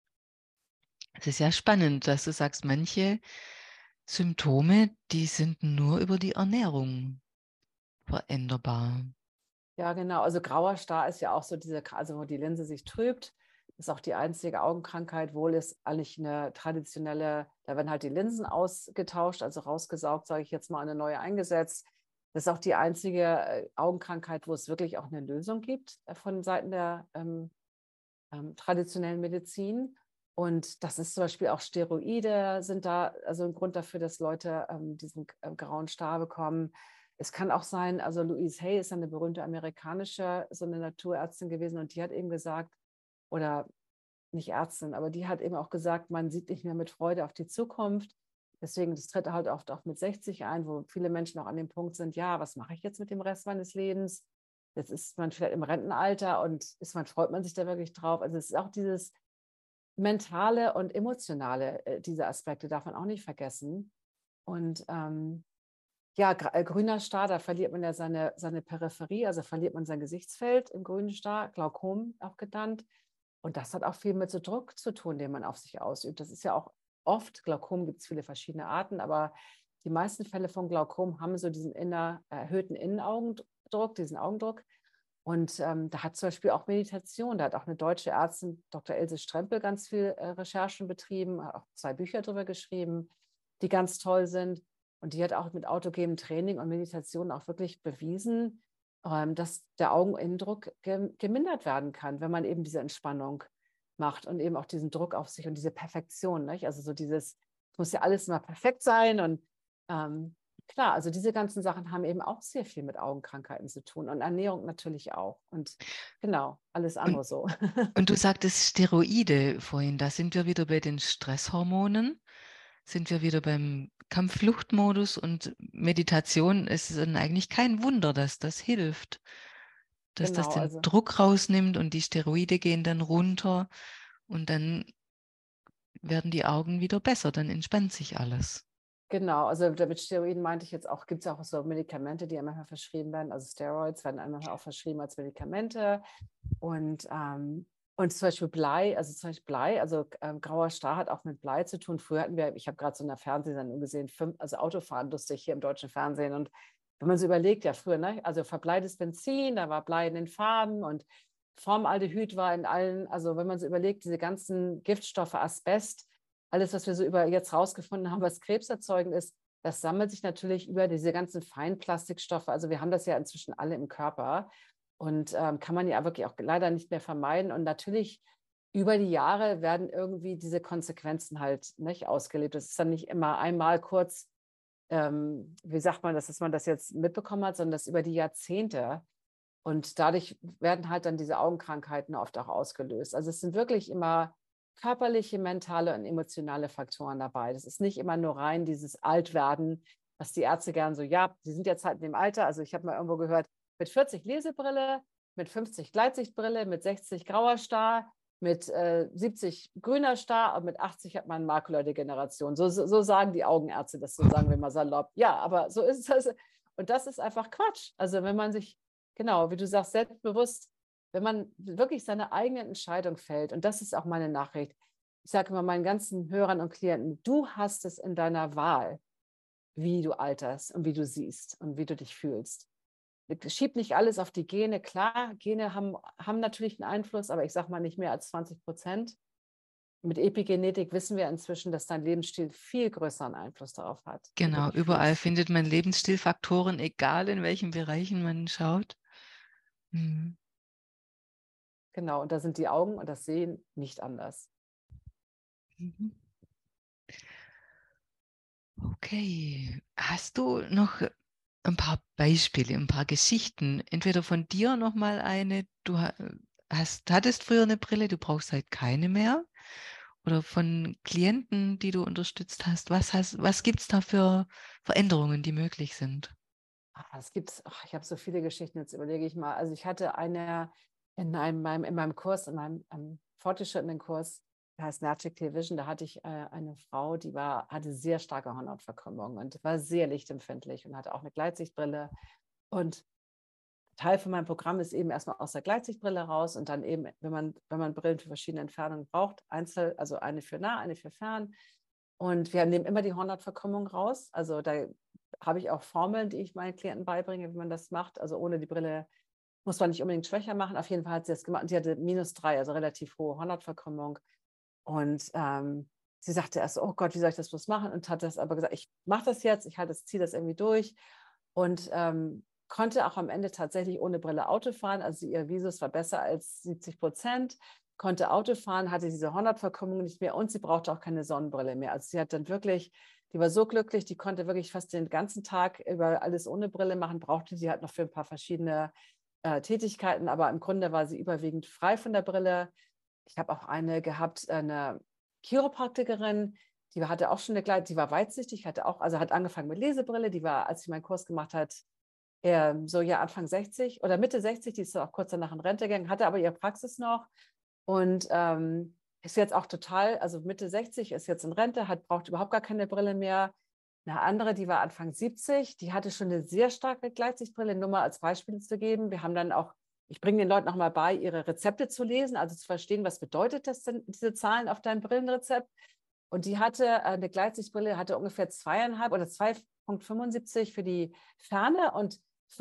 Es ist ja spannend, dass du sagst, manche Symptome, die sind nur über die Ernährung veränderbar. Ja, genau. Also grauer Star ist ja auch so also wo die Linse sich trübt, ist auch die einzige Augenkrankheit, wohl ist eigentlich eine traditionelle, da werden halt die Linsen ausgetauscht, also rausgesaugt, sage ich jetzt mal, eine neue eingesetzt. Das ist auch die einzige Augenkrankheit, wo es wirklich auch eine Lösung gibt von Seiten der traditionellen Medizin. Und das ist zum Beispiel auch Steroide sind da, also ein Grund dafür, dass Leute diesen grauen Star bekommen. Es kann auch sein, also Louise Hay ist eine berühmte amerikanische, so eine Naturärztin gewesen und die hat eben gesagt, oder nicht Ärztin, aber die hat eben auch gesagt, man sieht nicht mehr mit Freude auf die Zukunft. Deswegen, das tritt halt oft auch mit 60 ein, wo viele Menschen auch an dem Punkt sind, ja, was mache ich jetzt mit dem Rest meines Lebens? Jetzt ist man vielleicht im Rentenalter und freut man sich da wirklich drauf. Also es ist auch dieses mentale und emotionale, diese Aspekte darf man auch nicht vergessen. Und ja, grüner Star, da verliert man ja seine Peripherie, also verliert man sein Gesichtsfeld im grünen Star, Glaukom auch genannt. Und das hat auch viel mit so Druck zu tun, den man auf sich ausübt. Das ist ja auch oft, Glaukom gibt es viele verschiedene Arten, aber die meisten Fälle von Glaukom haben so diesen erhöhten Innenaugendruck, diesen Augendruck. Und da hat zum Beispiel auch Meditation, da hat auch eine deutsche Ärztin, Dr. Ilse Strempel, ganz viel Recherchen betrieben, hat auch 2 Bücher darüber geschrieben, die ganz toll sind. Und die hat auch mit autogenem Training und Meditation auch wirklich bewiesen, dass der Augeninnendruck gemindert werden kann, wenn man eben diese Entspannung macht und eben auch diesen Druck auf sich und diese Perfektion. Nicht? Also so dieses, es muss ja alles immer perfekt sein und klar, also diese ganzen Sachen haben eben auch sehr viel mit Augenkrankheiten zu tun und Ernährung natürlich auch. Und genau, alles Und, andere so. und du sagtest Steroide vorhin, da sind wir wieder bei den Stresshormonen, sind wir wieder beim Kampffluchtmodus und Meditation. Es ist dann eigentlich kein Wunder, dass das hilft, dass das Genau, den also Druck rausnimmt und die Steroide gehen dann runter und dann werden die Augen wieder besser, dann entspannt sich alles. genau, also mit Steroiden meinte ich jetzt auch, gibt es auch so Medikamente, die manchmal verschrieben werden. Also Steroids werden manchmal auch verschrieben als Medikamente. Und zum Beispiel Blei, also grauer Star hat auch mit Blei zu tun. Früher hatten wir, ich habe gerade so in der Fernsehsendung gesehen, also Autofahren lustig hier im deutschen Fernsehen. Und wenn man so überlegt, ja früher, ne? Also verbleites Benzin, da war Blei in den Farben und Formaldehyd war in allen, also wenn man so überlegt, diese ganzen Giftstoffe, Asbest, alles, was wir so über jetzt rausgefunden haben, was krebserzeugend ist, das sammelt sich natürlich über diese ganzen Feinplastikstoffe. Also wir haben das ja inzwischen alle im Körper und kann man ja wirklich auch leider nicht mehr vermeiden. Und natürlich über die Jahre werden irgendwie diese Konsequenzen halt nicht ausgelebt. Das ist dann nicht immer einmal kurz, wie sagt man das, dass man das jetzt mitbekommen hat, sondern das über die Jahrzehnte. Und dadurch werden halt dann diese Augenkrankheiten oft auch ausgelöst. Also es sind wirklich immer körperliche, mentale und emotionale Faktoren dabei. Das ist nicht immer nur rein dieses Altwerden, was die Ärzte gern so, ja, sie sind jetzt halt in dem Alter. Also ich habe mal irgendwo gehört, mit 40 Lesebrille, mit 50 Gleitsichtbrille, mit 60 grauer Star, mit 70 grüner Star und mit 80 hat man Makuladegeneration. So sagen die Augenärzte das, so sagen wir mal salopp. Ja, aber so ist es. Und das ist einfach Quatsch. Also wenn man sich, genau, wie du sagst, selbstbewusst, wenn man wirklich seine eigene Entscheidung fällt, und das ist auch meine Nachricht, ich sage immer meinen ganzen Hörern und Klienten, du hast es in deiner Wahl, wie du alterst und wie du siehst und wie du dich fühlst. Schieb nicht alles auf die Gene. Klar, Gene haben natürlich einen Einfluss, aber ich sage mal nicht mehr als 20%. Mit Epigenetik wissen wir inzwischen, dass dein Lebensstil viel größeren Einfluss darauf hat, wie du Genau, dich überall fühlst. findet man Lebensstilfaktoren, egal in welchen Bereichen man schaut. Mhm. Genau, und da sind die Augen und das Sehen nicht anders. Mhm. Okay, hast du noch ein paar Beispiele, ein paar Geschichten? Entweder von dir noch mal eine, du hattest früher eine Brille, du brauchst halt keine mehr, oder von Klienten, die du unterstützt hast. Was gibt es da für Veränderungen, die möglich sind? Es gibt, ich habe so viele Geschichten, jetzt überlege ich mal. Also ich hatte eine in meinem Kurs, in meinem fortgeschrittenen Kurs, der heißt Magic Television, da hatte ich eine Frau, hatte sehr starke Hornhautverkrümmung und war sehr lichtempfindlich und hatte auch eine Gleitsichtbrille. Und Teil von meinem Programm ist eben erstmal aus der Gleitsichtbrille raus und dann eben, wenn man Brillen für verschiedene Entfernungen braucht, also eine für nah, eine für fern. Und wir nehmen immer die Hornhautverkrümmung raus. Also da habe ich auch Formeln, die ich meinen Klienten beibringe, wie man das macht. Also ohne die Brille muss man nicht unbedingt schwächer machen. Auf jeden Fall hat sie das gemacht. Und sie hatte -3, also relativ hohe Hornhautverkrümmung. Und sie sagte erst, oh Gott, wie soll ich das bloß machen? Und hat das aber gesagt, ich mache das jetzt, ziehe das irgendwie durch. Und konnte auch am Ende tatsächlich ohne Brille Auto fahren. Also ihr Visus war besser als 70%, konnte Auto fahren, hatte diese Hornhautverkrümmung nicht mehr und sie brauchte auch keine Sonnenbrille mehr. Also sie hat dann wirklich, die war so glücklich, die konnte wirklich fast den ganzen Tag über alles ohne Brille machen, brauchte sie halt noch für ein paar verschiedene Tätigkeiten, aber im Grunde war sie überwiegend frei von der Brille. Ich habe auch eine gehabt, eine Chiropraktikerin, die hatte auch schon die war weitsichtig, also hat angefangen mit Lesebrille, die war, als sie meinen Kurs gemacht hat, so ja Anfang 60 oder Mitte 60, die ist dann auch kurz danach in Rente gegangen, hatte aber ihre Praxis noch und ist jetzt auch total, also Mitte 60, ist jetzt in Rente, braucht überhaupt gar keine Brille mehr. Eine andere, die war Anfang 70, die hatte schon eine sehr starke Gleitsichtbrille, nur mal als Beispiel zu geben. Wir haben dann auch, ich bringe den Leuten noch mal bei, ihre Rezepte zu lesen, also zu verstehen, was bedeutet das denn, diese Zahlen auf deinem Brillenrezept. Und die hatte eine Gleitsichtbrille, hatte ungefähr 2,5 oder 2,75 für die Ferne und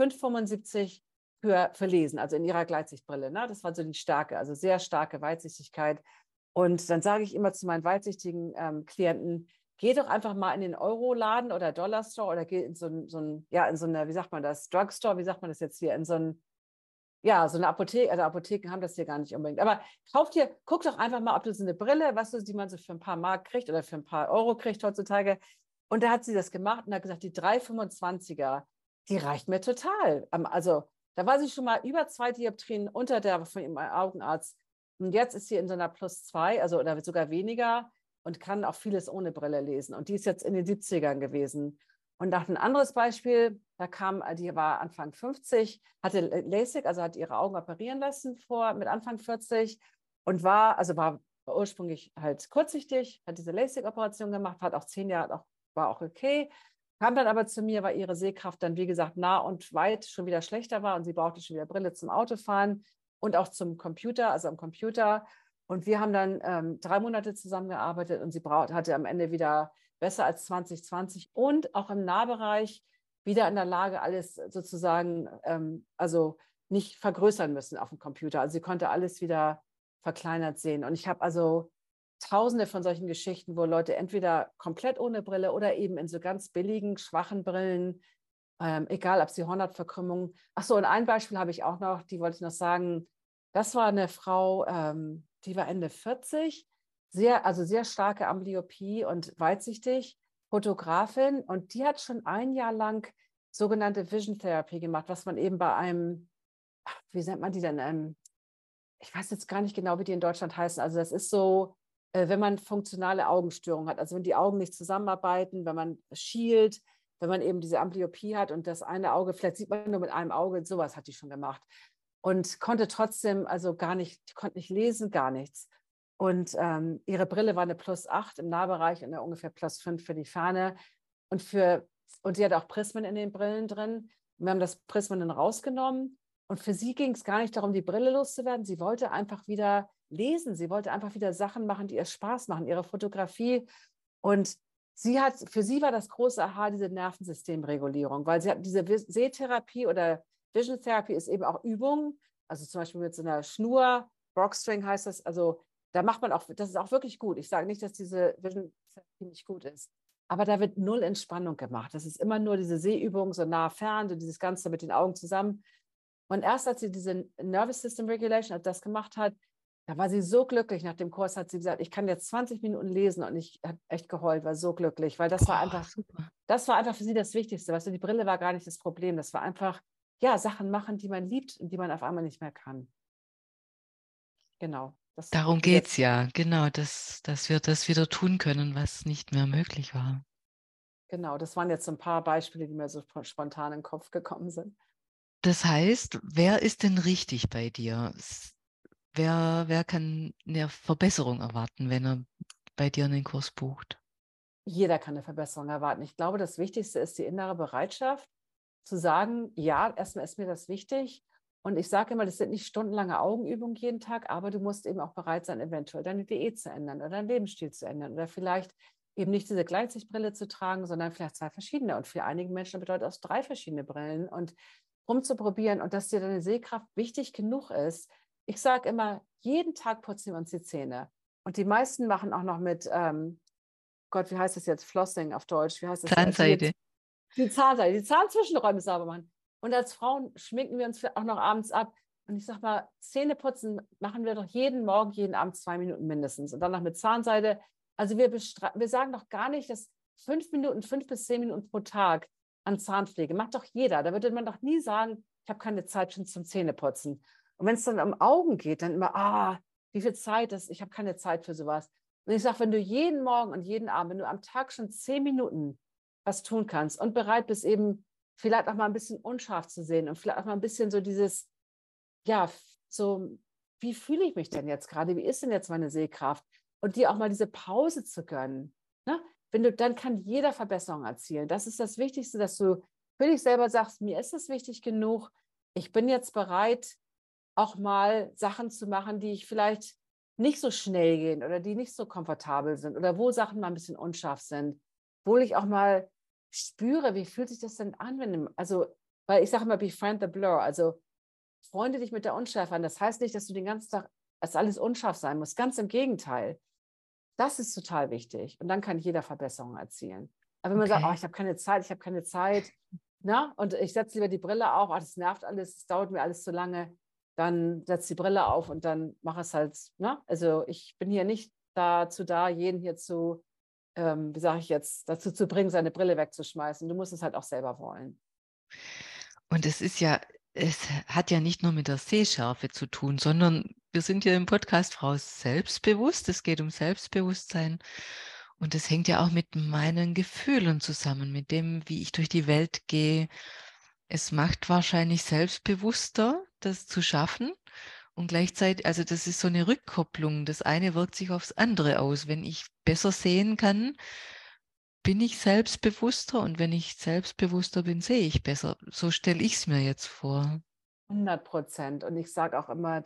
5,75 für Lesen, also in ihrer Gleitsichtbrille. Ne? Das war so die starke, also sehr starke Weitsichtigkeit. Und dann sage ich immer zu meinen weitsichtigen Klienten, geh doch einfach mal in den Euro-Laden oder Dollar-Store oder geh in ja, in so eine, wie sagt man das, Drugstore, wie sagt man das jetzt hier, in so ein, ja, so eine Apotheke, also Apotheken haben das hier gar nicht unbedingt. Aber guck doch einfach mal, ob du so eine Brille, was du, die man so für ein paar Mark kriegt oder für ein paar Euro kriegt heutzutage. Und da hat sie das gemacht und hat gesagt, die 3,25er, die reicht mir total. Also da war sie schon mal über 2 Dioptrien unter der von ihrem Augenarzt. Und jetzt ist sie in so einer +2, also oder sogar weniger und kann auch vieles ohne Brille lesen. Und die ist jetzt in den 70ern gewesen. Und nach ein anderes Beispiel, die war Anfang 50, hatte LASIK, also hat ihre Augen operieren lassen mit Anfang 40 und war ursprünglich halt kurzsichtig, hat diese LASIK-Operation gemacht, hat auch 10 Jahre, war auch okay, kam dann aber zu mir, weil ihre Sehkraft dann, wie gesagt, nah und weit schon wieder schlechter war und sie brauchte schon wieder Brille zum Autofahren und auch zum Computer, also am Computer. Und wir haben dann 3 Monate zusammengearbeitet und sie hatte am Ende wieder besser als 2020 und auch im Nahbereich wieder in der Lage, alles sozusagen, also nicht vergrößern müssen auf dem Computer. Also sie konnte alles wieder verkleinert sehen. Und ich habe also Tausende von solchen Geschichten, wo Leute entweder komplett ohne Brille oder eben in so ganz billigen, schwachen Brillen, egal ob sie Hornhautverkrümmung. Ach so, und ein Beispiel habe ich auch noch, die wollte ich noch sagen. Das war eine Frau, die war Ende 40, also sehr starke Amblyopie und weitsichtig, Fotografin. Und die hat schon ein Jahr lang sogenannte Vision Therapy gemacht, was man eben bei einem, wie nennt man die denn? Ich weiß jetzt gar nicht genau, wie die in Deutschland heißen. Also das ist so, wenn man funktionale Augenstörungen hat, also wenn die Augen nicht zusammenarbeiten, wenn man schielt, wenn man eben diese Amblyopie hat und das eine Auge, vielleicht sieht man nur mit einem Auge, sowas hat die schon gemacht. Und konnte trotzdem also gar nicht, die konnte nicht lesen, gar nichts. Und ihre Brille war eine +8 im Nahbereich und eine ungefähr +5 für die Ferne. Und sie hat auch Prismen in den Brillen drin. Wir haben das Prismen dann rausgenommen. Und für sie ging es gar nicht darum, die Brille loszuwerden. Sie wollte einfach wieder lesen. Sie wollte einfach wieder Sachen machen, die ihr Spaß machen, ihre Fotografie. Und für sie war das große Aha diese Nervensystemregulierung, weil sie hat diese Sehtherapie oder Vision Therapy ist eben auch Übung. Also zum Beispiel mit so einer Schnur, Boxstring heißt das. Also da macht man auch, das ist auch wirklich gut. Ich sage nicht, dass diese Vision Therapy nicht gut ist. Aber da wird null Entspannung gemacht. Das ist immer nur diese Sehübung, so nah fern, so dieses Ganze mit den Augen zusammen. Und erst als sie diese Nervous System Regulation, als das gemacht hat, da war sie so glücklich. Nach dem Kurs hat sie gesagt, ich kann jetzt 20 Minuten lesen und ich habe echt geheult, war so glücklich, weil das war einfach für sie das Wichtigste. Weißt du, die Brille war gar nicht das Problem. Das war einfach, ja, Sachen machen, die man liebt und die man auf einmal nicht mehr kann. Genau. Darum geht es ja, genau, dass wir das wieder tun können, was nicht mehr möglich war. Genau, das waren jetzt so ein paar Beispiele, die mir so spontan in den Kopf gekommen sind. Das heißt, wer ist denn richtig bei dir? Wer kann eine Verbesserung erwarten, wenn er bei dir einen Kurs bucht? Jeder kann eine Verbesserung erwarten. Ich glaube, das Wichtigste ist die innere Bereitschaft, zu sagen, ja, erstmal ist mir das wichtig. Und ich sage immer, das sind nicht stundenlange Augenübungen jeden Tag, aber du musst eben auch bereit sein, eventuell deine Diät zu ändern oder deinen Lebensstil zu ändern oder vielleicht eben nicht diese Gleitsichtbrille zu tragen, sondern vielleicht 2 verschiedene. Und für einige Menschen bedeutet das 3 verschiedene Brillen und rumzuprobieren und dass dir deine Sehkraft wichtig genug ist. Ich sage immer, jeden Tag putzen wir uns die Zähne. Und die meisten machen auch noch mit, Gott, wie heißt das jetzt? Flossing auf Deutsch. Wie heißt das? Zahnseide. Die Zahnseide, die Zahnzwischenräume sauber machen. Und als Frauen schminken wir uns auch noch abends ab. Und ich sage mal, Zähneputzen machen wir doch jeden Morgen, jeden Abend 2 Minuten mindestens. Und dann noch mit Zahnseide. Also wir sagen doch gar nicht, dass 5 Minuten, 5 bis 10 Minuten pro Tag an Zahnpflege macht doch jeder. Da würde man doch nie sagen, ich habe keine Zeit schon zum Zähneputzen. Und wenn es dann um Augen geht, dann immer, wie viel Zeit ist, ich habe keine Zeit für sowas. Und ich sage, wenn du jeden Morgen und jeden Abend, wenn du am Tag schon 10 Minuten was tun kannst und bereit bist, eben vielleicht auch mal ein bisschen unscharf zu sehen und vielleicht auch mal ein bisschen so dieses, ja, so, wie fühle ich mich denn jetzt gerade? Wie ist denn jetzt meine Sehkraft? Und dir auch mal diese Pause zu gönnen. Ne? Dann kann jeder Verbesserungen erzielen. Das ist das Wichtigste, dass du für dich selber sagst, mir ist es wichtig genug, ich bin jetzt bereit, auch mal Sachen zu machen, die ich vielleicht nicht so schnell gehen oder die nicht so komfortabel sind oder wo Sachen mal ein bisschen unscharf sind, wo ich auch mal spüre, wie fühlt sich das denn an, also, weil ich sage immer, befriend the blur, also freunde dich mit der Unschärfe an. Das heißt nicht, dass du den ganzen Tag, dass alles unscharf sein muss. Ganz im Gegenteil. Das ist total wichtig. Und dann kann jeder Verbesserungen erzielen. Aber wenn man sagt, oh, Okay. ich habe keine Zeit, na, und ich setze lieber die Brille auf, das nervt alles, es dauert mir alles zu lange, dann setz die Brille auf und dann mach es halt, ne? Also ich bin hier nicht dazu da, jeden hier zu, wie sage ich jetzt, dazu zu bringen, seine Brille wegzuschmeißen. Du musst es halt auch selber wollen. Und es hat ja nicht nur mit der Sehschärfe zu tun, sondern wir sind ja im Podcast Frau Selbstbewusst. Es geht um Selbstbewusstsein. Und es hängt ja auch mit meinen Gefühlen zusammen, mit dem, wie ich durch die Welt gehe. Es macht wahrscheinlich selbstbewusster, das zu schaffen. Und gleichzeitig, also das ist so eine Rückkopplung. Das eine wirkt sich aufs andere aus. Wenn ich besser sehen kann, bin ich selbstbewusster und wenn ich selbstbewusster bin, sehe ich besser. So stelle ich es mir jetzt vor. 100%. Und ich sage auch immer,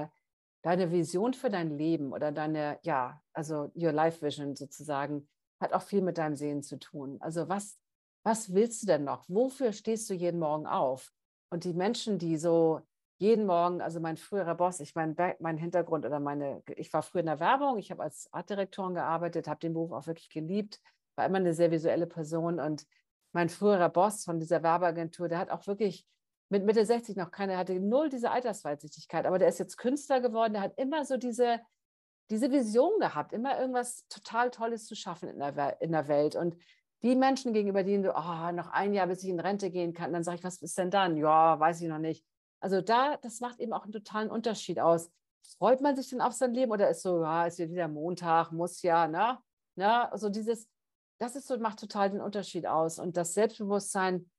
deine Vision für dein Leben oder deine, ja, also your life vision sozusagen, hat auch viel mit deinem Sehen zu tun. Also was willst du denn noch? Wofür stehst du jeden Morgen auf? Und die Menschen, die so jeden Morgen, also mein früherer Boss, mein Hintergrund oder ich war früher in der Werbung, ich habe als Artdirektorin gearbeitet, habe den Beruf auch wirklich geliebt, war immer eine sehr visuelle Person und mein früherer Boss von dieser Werbeagentur, der hat auch wirklich mit Mitte 60 noch keine, hatte null diese Altersweitsichtigkeit, aber der ist jetzt Künstler geworden, der hat immer so diese Vision gehabt, immer irgendwas total Tolles zu schaffen in der Welt. Und die Menschen gegenüber denen du, oh, noch ein Jahr, bis ich in Rente gehen kann, dann sage ich, was ist denn dann? Ja, weiß ich noch nicht. Also das macht eben auch einen totalen Unterschied aus. Freut man sich denn auf sein Leben oder ist so, ja, ist ja wieder Montag, muss ja, ne? Ne? Also das ist so, macht total den Unterschied aus. Und das Selbstbewusstsein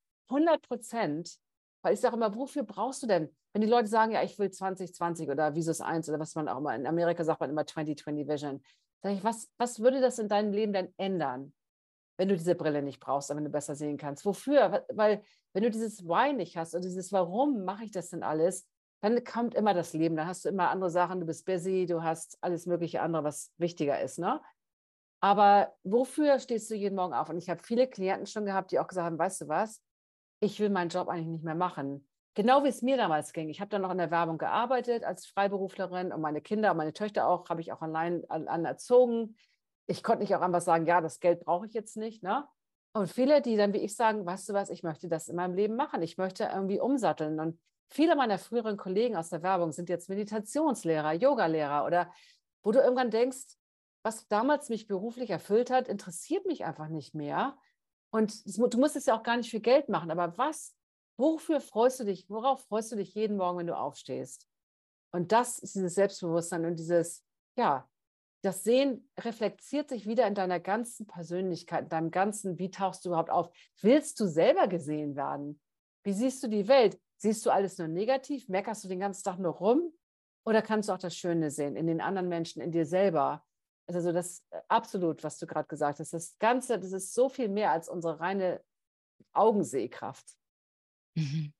100%, weil ich sage immer, wofür brauchst du denn? Wenn die Leute sagen, ja, ich will 2020 oder Visus 1 oder was man auch immer, in Amerika sagt man immer 2020 Vision, sage ich, was würde das in deinem Leben denn ändern, wenn du diese Brille nicht brauchst, wenn du besser sehen kannst? Wofür? Weil wenn du dieses Why nicht hast und dieses Warum mache ich das denn alles, dann kommt immer das Leben, dann hast du immer andere Sachen, du bist busy, du hast alles mögliche andere, was wichtiger ist, ne? Aber wofür stehst du jeden Morgen auf? Und ich habe viele Klienten schon gehabt, die auch gesagt haben, weißt du was, ich will meinen Job eigentlich nicht mehr machen. Genau wie es mir damals ging. Ich habe dann noch in der Werbung gearbeitet als Freiberuflerin und meine Kinder und meine Töchter auch, habe ich auch allein erzogen. Ich konnte nicht auch einfach sagen, ja, das Geld brauche ich jetzt nicht. Ne? Und viele, die dann wie ich sagen, weißt du was, ich möchte das in meinem Leben machen. Ich möchte irgendwie umsatteln. Und viele meiner früheren Kollegen aus der Werbung sind jetzt Meditationslehrer, Yogalehrer oder wo du irgendwann denkst, was damals mich beruflich erfüllt hat, interessiert mich einfach nicht mehr. Und du musst es ja auch gar nicht für Geld machen, aber wofür freust du dich, worauf freust du dich jeden Morgen, wenn du aufstehst? Und das ist dieses Selbstbewusstsein und ja, das Sehen reflektiert sich wieder in deiner ganzen Persönlichkeit, in deinem ganzen, wie tauchst du überhaupt auf? Willst du selber gesehen werden? Wie siehst du die Welt? Siehst du alles nur negativ? Meckerst du den ganzen Tag nur rum? Oder kannst du auch das Schöne sehen in den anderen Menschen, in dir selber? Also das absolut, was du gerade gesagt hast. Das Ganze, das ist so viel mehr als unsere reine Augensehkraft. Mhm.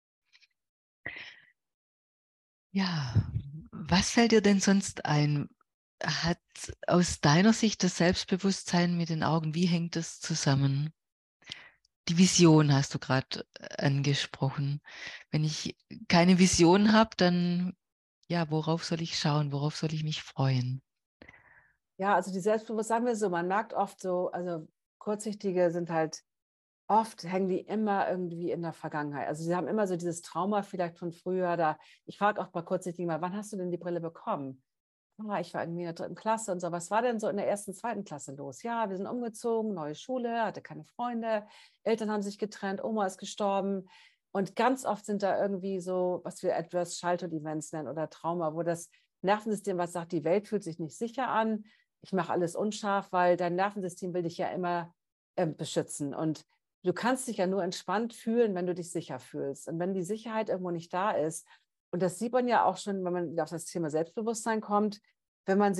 Ja, was fällt dir denn sonst ein? Hat aus deiner Sicht das Selbstbewusstsein mit den Augen, wie hängt das zusammen? Die Vision hast du gerade angesprochen. Wenn ich keine Vision habe, dann, ja, worauf soll ich schauen? Worauf soll ich mich freuen? Ja, also die Selbstbewusstsein, sagen wir so, man merkt oft so, also Kurzsichtige sind halt, oft hängen die immer irgendwie in der Vergangenheit. Also sie haben immer so dieses Trauma vielleicht von früher. Ich frage auch bei Kurzsichtigen mal, wann hast du denn die Brille bekommen? Ich war irgendwie in der dritten Klasse und so. Was war denn so in der ersten, zweiten Klasse los? Ja, wir sind umgezogen, neue Schule, hatte keine Freunde, Eltern haben sich getrennt, Oma ist gestorben. Und ganz oft sind da irgendwie so, was wir Adverse Childhood Events nennen oder Trauma, wo das Nervensystem was sagt, die Welt fühlt sich nicht sicher an, ich mache alles unscharf, weil dein Nervensystem will dich ja immer beschützen. Und du kannst dich ja nur entspannt fühlen, wenn du dich sicher fühlst. Und wenn die Sicherheit irgendwo nicht da ist, und das sieht man ja auch schon, wenn man auf das Thema Selbstbewusstsein kommt, wenn man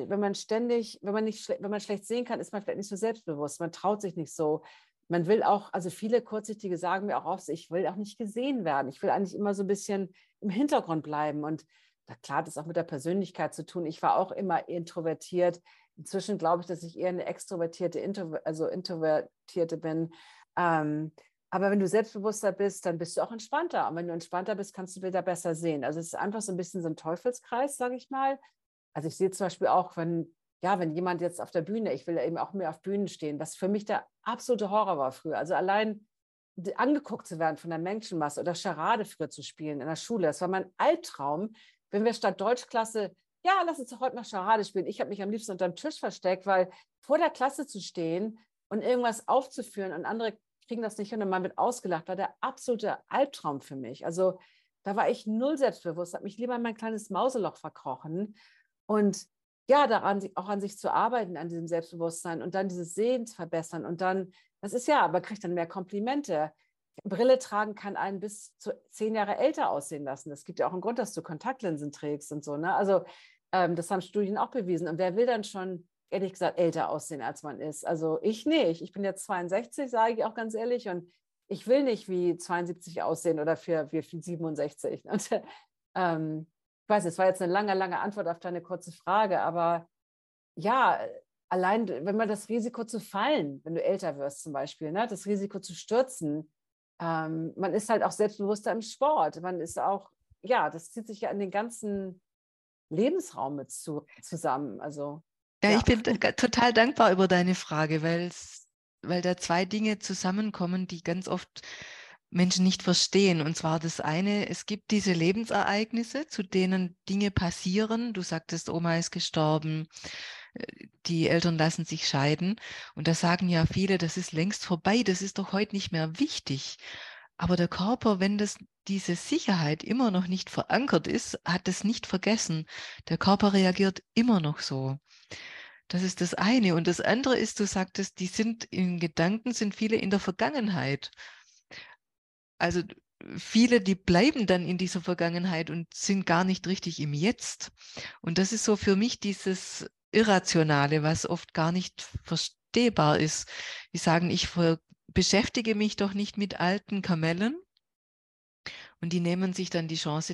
schlecht sehen kann, ist man vielleicht nicht so selbstbewusst. Man traut sich nicht so. Man will auch, also viele Kurzsichtige sagen mir auch oft, ich will auch nicht gesehen werden. Ich will eigentlich immer so ein bisschen im Hintergrund bleiben. Und klar, das hat auch mit der Persönlichkeit zu tun. Ich war auch immer introvertiert. Inzwischen glaube ich, dass ich eher eine extrovertierte, introvertierte bin. Aber wenn du selbstbewusster bist, dann bist du auch entspannter. Und wenn du entspannter bist, kannst du Bilder besser sehen. Also es ist einfach so ein bisschen so ein Teufelskreis, sage ich mal. Also ich sehe zum Beispiel auch, wenn jemand jetzt auf der Bühne, ich will ja eben auch mehr auf Bühnen stehen, was für mich der absolute Horror war früher. Also allein angeguckt zu werden von der Menschenmasse oder Charade früher zu spielen in der Schule, das war mein Albtraum. Wenn wir statt Deutschklasse, ja, lass uns doch heute mal Charade spielen. Ich habe mich am liebsten unter dem Tisch versteckt, weil vor der Klasse zu stehen und irgendwas aufzuführen und andere kriegen das nicht hin und man wird ausgelacht, war der absolute Albtraum für mich. Also da war ich null selbstbewusst, habe mich lieber in mein kleines Mauseloch verkrochen und ja, daran auch an sich zu arbeiten, an diesem Selbstbewusstsein und dann dieses Sehen zu verbessern und dann, das ist ja, man kriegt dann mehr Komplimente. Brille tragen kann einen bis zu 10 Jahre älter aussehen lassen. Das gibt ja auch einen Grund, dass du Kontaktlinsen trägst und so. Ne? Also das haben Studien auch bewiesen. Und wer will dann schon, ehrlich gesagt, älter aussehen, als man ist? Also ich nicht. Ich bin jetzt 62, sage ich auch ganz ehrlich. Und ich will nicht wie 72 aussehen oder wie 67. Und ich weiß, es war jetzt eine lange, lange Antwort auf deine kurze Frage, aber ja, allein wenn man das Risiko zu fallen, wenn du älter wirst zum Beispiel, ne, das Risiko zu stürzen, man ist halt auch selbstbewusster im Sport. Man ist auch, ja, das zieht sich ja in den ganzen Lebensraum mit zusammen. Also, Ja, ich ja. bin total dankbar über deine Frage, weil da zwei Dinge zusammenkommen, die ganz oft Menschen nicht verstehen. Und zwar das eine, es gibt diese Lebensereignisse, zu denen Dinge passieren. Du sagtest, Oma ist gestorben, die Eltern lassen sich scheiden. Und da sagen ja viele, das ist längst vorbei, das ist doch heute nicht mehr wichtig. Aber der Körper, wenn diese Sicherheit immer noch nicht verankert ist, hat es nicht vergessen. Der Körper reagiert immer noch so. Das ist das eine. Und das andere ist, du sagtest, die sind in Gedanken, sind viele in der Vergangenheit. Also viele, die bleiben dann in dieser Vergangenheit und sind gar nicht richtig im Jetzt. Und das ist so für mich dieses Irrationale, was oft gar nicht verstehbar ist. Die sagen, beschäftige mich doch nicht mit alten Kamellen. Und die nehmen sich dann die Chance,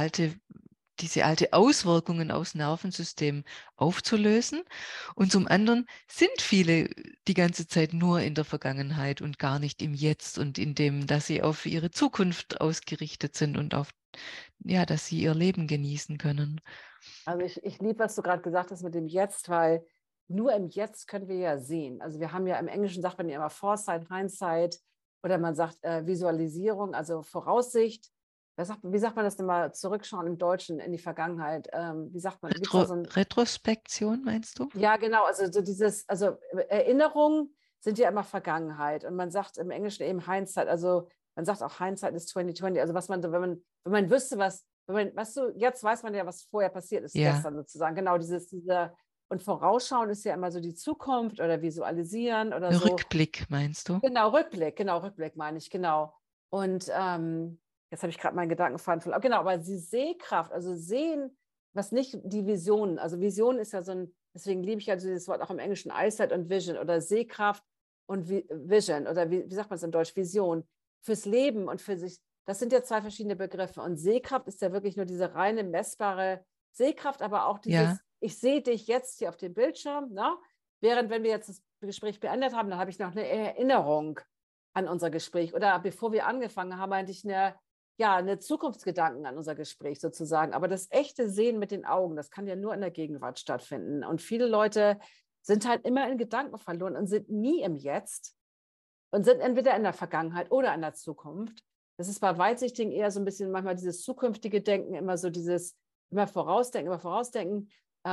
diese alte Auswirkungen aufs Nervensystem aufzulösen. Und zum anderen sind viele die ganze Zeit nur in der Vergangenheit und gar nicht im Jetzt und in dem, dass sie auf ihre Zukunft ausgerichtet sind und ja, dass sie ihr Leben genießen können. Also ich liebe, was du gerade gesagt hast mit dem Jetzt, weil nur im Jetzt können wir ja sehen. Also wir haben ja im Englischen sagt man ja immer Foresight, Hindsight oder man sagt Visualisierung, also Voraussicht. Wie sagt man das denn mal? Zurückschauen im Deutschen in die Vergangenheit. Wie sagt man? Gibt es da so ein Retrospektion, meinst du? ja, genau, also so also Erinnerungen sind ja immer Vergangenheit und man sagt im Englischen eben Hindsight, also man sagt auch Hindsight ist 2020, also was man, wenn man wüsste, weißt du, jetzt weiß man ja, was vorher passiert ist, Ja, gestern sozusagen, genau, und Vorausschauen ist ja immer so die Zukunft oder Visualisieren oder der so, Rückblick, meinst du? genau, Rückblick meine ich, genau. Und jetzt habe ich gerade meinen Gedankenfaden verloren. Genau, aber die Sehkraft, also sehen, was nicht die Visionen, also Vision ist ja so ein, deswegen liebe ich ja dieses Wort auch im Englischen Eyesight und Vision oder Sehkraft und Vision oder wie sagt man es in Deutsch, Vision fürs Leben und für sich. Das sind ja zwei verschiedene Begriffe. Und Sehkraft ist ja wirklich nur diese reine messbare Sehkraft, aber auch Ja, dieses, ich sehe dich jetzt hier auf dem Bildschirm, ne? Während wenn wir jetzt das Gespräch beendet haben, dann habe ich noch eine Erinnerung an unser Gespräch. Oder bevor wir angefangen haben, eigentlich eine Zukunftsgedanken an unser Gespräch sozusagen. Aber das echte Sehen mit den Augen, das kann ja nur in der Gegenwart stattfinden. Und viele Leute sind halt immer in Gedanken verloren und sind nie im Jetzt und sind entweder in der Vergangenheit oder in der Zukunft. Das ist bei Weitsichtigen eher so ein bisschen manchmal dieses zukünftige Denken, immer so dieses immer vorausdenken, immer vorausdenken.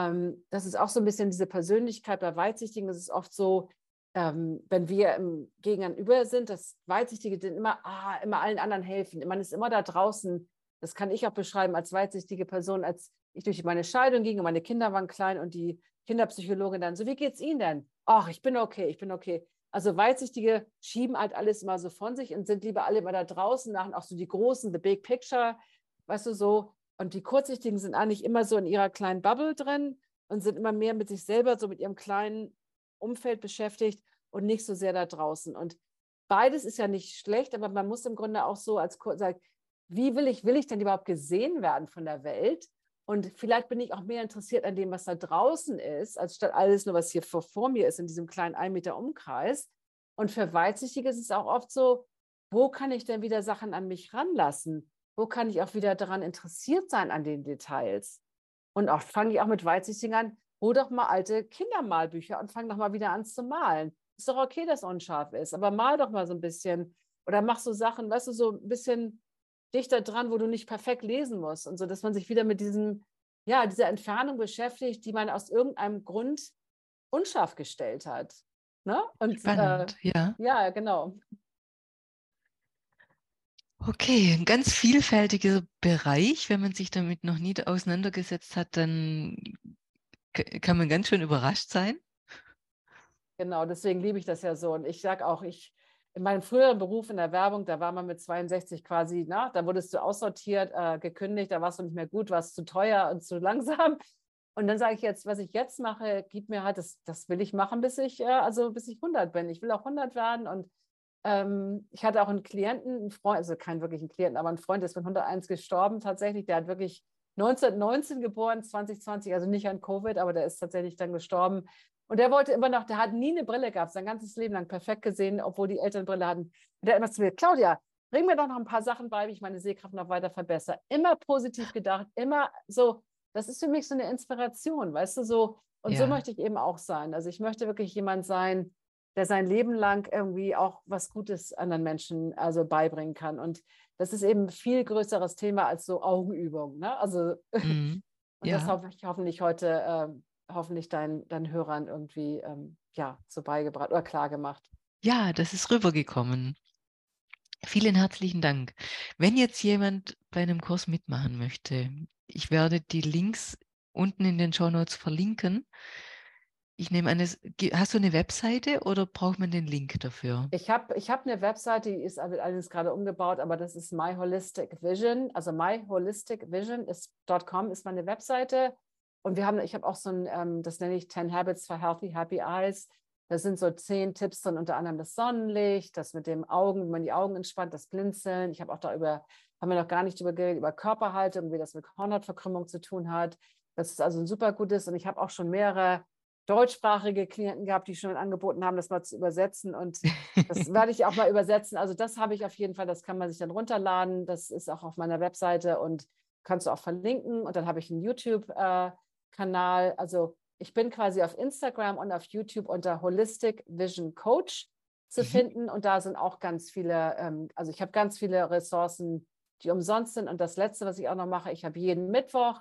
Das ist auch so ein bisschen diese Persönlichkeit bei Weitsichtigen. Das ist oft so, wenn wir im Gegenüber sind, das Weitsichtige sind immer allen anderen helfen. Man ist immer da draußen. Das kann ich auch beschreiben als weitsichtige Person, als ich durch meine Scheidung ging und meine Kinder waren klein und die Kinderpsychologin dann so, wie geht's Ihnen denn? Ach, ich bin okay, ich bin okay. Also Weitsichtige schieben halt alles immer so von sich und sind lieber alle immer da draußen, machen auch so die großen, the big picture, weißt du, so. Und die Kurzsichtigen sind eigentlich immer so in ihrer kleinen Bubble drin und sind immer mehr mit sich selber, so mit ihrem kleinen Umfeld beschäftigt und nicht so sehr da draußen. Und beides ist ja nicht schlecht, aber man muss im Grunde auch so als sagen, will ich denn überhaupt gesehen werden von der Welt? Und vielleicht bin ich auch mehr interessiert an dem, was da draußen ist, als statt alles nur, was hier vor mir ist, in diesem kleinen 1 Meter Umkreis. Und für Weitsichtige ist es auch oft so, wo kann ich denn wieder Sachen an mich ranlassen? Wo kann ich auch wieder daran interessiert sein an den Details? Und auch fange ich auch mit Weitsichtigen an, hol doch mal alte Kindermalbücher und fang doch mal wieder an zu malen. Ist doch okay, dass es unscharf ist, aber mal doch mal so ein bisschen oder mach so Sachen, weißt du, so ein bisschen dichter dran, wo du nicht perfekt lesen musst und so, dass man sich wieder mit dieser Entfernung beschäftigt, die man aus irgendeinem Grund unscharf gestellt hat. Ne? Und Spannend, ja. ja, genau. Okay, ein ganz vielfältiger Bereich. Wenn man sich damit noch nie auseinandergesetzt hat, dann kann man ganz schön überrascht sein. Genau, deswegen liebe ich das ja so. Und ich sage auch, in meinem früheren Beruf in der Werbung, da war man mit 62 quasi, da wurdest du aussortiert, gekündigt, da warst du nicht mehr gut, warst zu teuer und zu langsam. Und dann sage ich jetzt, was ich jetzt mache, gibt mir halt, das will ich machen, bis ich 100 bin. Ich will auch 100 werden. Und ich hatte auch einen Klienten, einen Freund, also keinen wirklichen Klienten, aber einen Freund, der ist mit 101 gestorben tatsächlich. Der hat wirklich 1919 geboren, 2020, also nicht an Covid, aber der ist tatsächlich dann gestorben. Und der wollte immer noch, der hat nie eine Brille gehabt, sein ganzes Leben lang perfekt gesehen, obwohl die Eltern Brille hatten. Und der hat immer zu mir, Claudia, bring mir doch noch ein paar Sachen bei, wie ich meine Sehkraft noch weiter verbessere. Immer positiv gedacht, immer so, das ist für mich so eine Inspiration, weißt du, so. Und so Ja. möchte ich eben auch sein. Also ich möchte wirklich jemand sein, der sein Leben lang irgendwie auch was Gutes anderen Menschen also beibringen kann. Und das ist eben ein viel größeres Thema als so Augenübung. Ne? Also, Mhm. und das Ja. hoffe ich hoffentlich heute, hoffentlich deinen Hörern irgendwie so beigebracht oder klar gemacht. Ja, das ist rübergekommen. Vielen herzlichen Dank. Wenn jetzt jemand bei einem Kurs mitmachen möchte, ich werde die Links unten in den Shownotes verlinken. Ich nehme an, hast du eine Webseite oder braucht man den Link dafür? Ich hab eine Webseite, die ist allerdings gerade umgebaut, aber das ist My Holistic Vision. Also myholisticvision.com ist meine Webseite. Und ich habe auch so ein, das nenne ich 10 Habits for Healthy Happy Eyes. Da sind so 10 Tipps drin, unter anderem das Sonnenlicht, das mit dem Augen, wenn man die Augen entspannt, das Blinzeln. Ich habe auch haben wir noch gar nicht drüber geredet, über Körperhaltung, wie das mit Hornhautverkrümmung zu tun hat. Das ist also ein super gutes. Und ich habe auch schon mehrere deutschsprachige Klienten gehabt, die schon angeboten haben, das mal zu übersetzen. Und das werde ich auch mal übersetzen. Also das habe ich auf jeden Fall, das kann man sich dann runterladen. Das ist auch auf meiner Webseite und kannst du auch verlinken. Und dann habe ich einen YouTube-Kanal. Also ich bin quasi auf Instagram und auf YouTube unter Holistic Vision Coach zu finden. Und da sind auch ganz viele, also ich habe ganz viele Ressourcen, die umsonst sind. Und das Letzte, was ich auch noch mache, ich habe jeden Mittwoch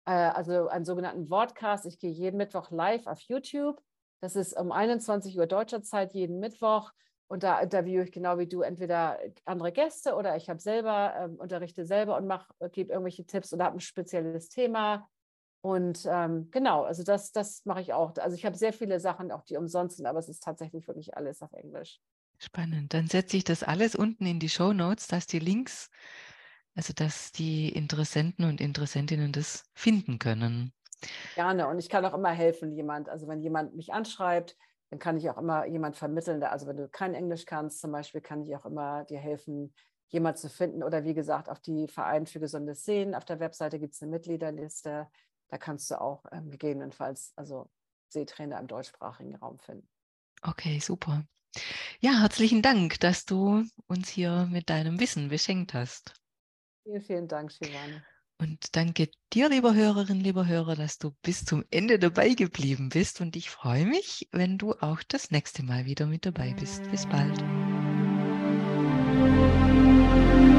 also einen sogenannten Vodcast. Ich gehe jeden Mittwoch live auf YouTube. Das ist um 21 Uhr deutscher Zeit jeden Mittwoch. Und da interviewe ich genau wie du entweder andere Gäste oder ich habe selber, unterrichte selber und gebe irgendwelche Tipps oder habe ein spezielles Thema. Und genau, also das mache ich auch. Also ich habe sehr viele Sachen, auch die umsonst sind, aber es ist tatsächlich wirklich alles auf Englisch. Spannend. Dann setze ich das alles unten in die Shownotes, dass die Links, also dass die Interessenten und Interessentinnen das finden können. Gerne. Und ich kann auch immer helfen, also wenn jemand mich anschreibt, dann kann ich auch immer jemand vermitteln. Also wenn du kein Englisch kannst, zum Beispiel, kann ich auch immer dir helfen, jemand zu finden. Oder wie gesagt, auf die Verein für gesundes Sehen. Auf der Webseite gibt es eine Mitgliederliste. Da kannst du auch gegebenenfalls Sehtrainer im deutschsprachigen Raum finden. Okay, super. Ja, herzlichen Dank, dass du uns hier mit deinem Wissen beschenkt hast. Vielen, vielen Dank, Shivani. Und danke dir, lieber Hörerin, lieber Hörer, dass du bis zum Ende dabei geblieben bist. Und ich freue mich, wenn du auch das nächste Mal wieder mit dabei bist. Bis bald.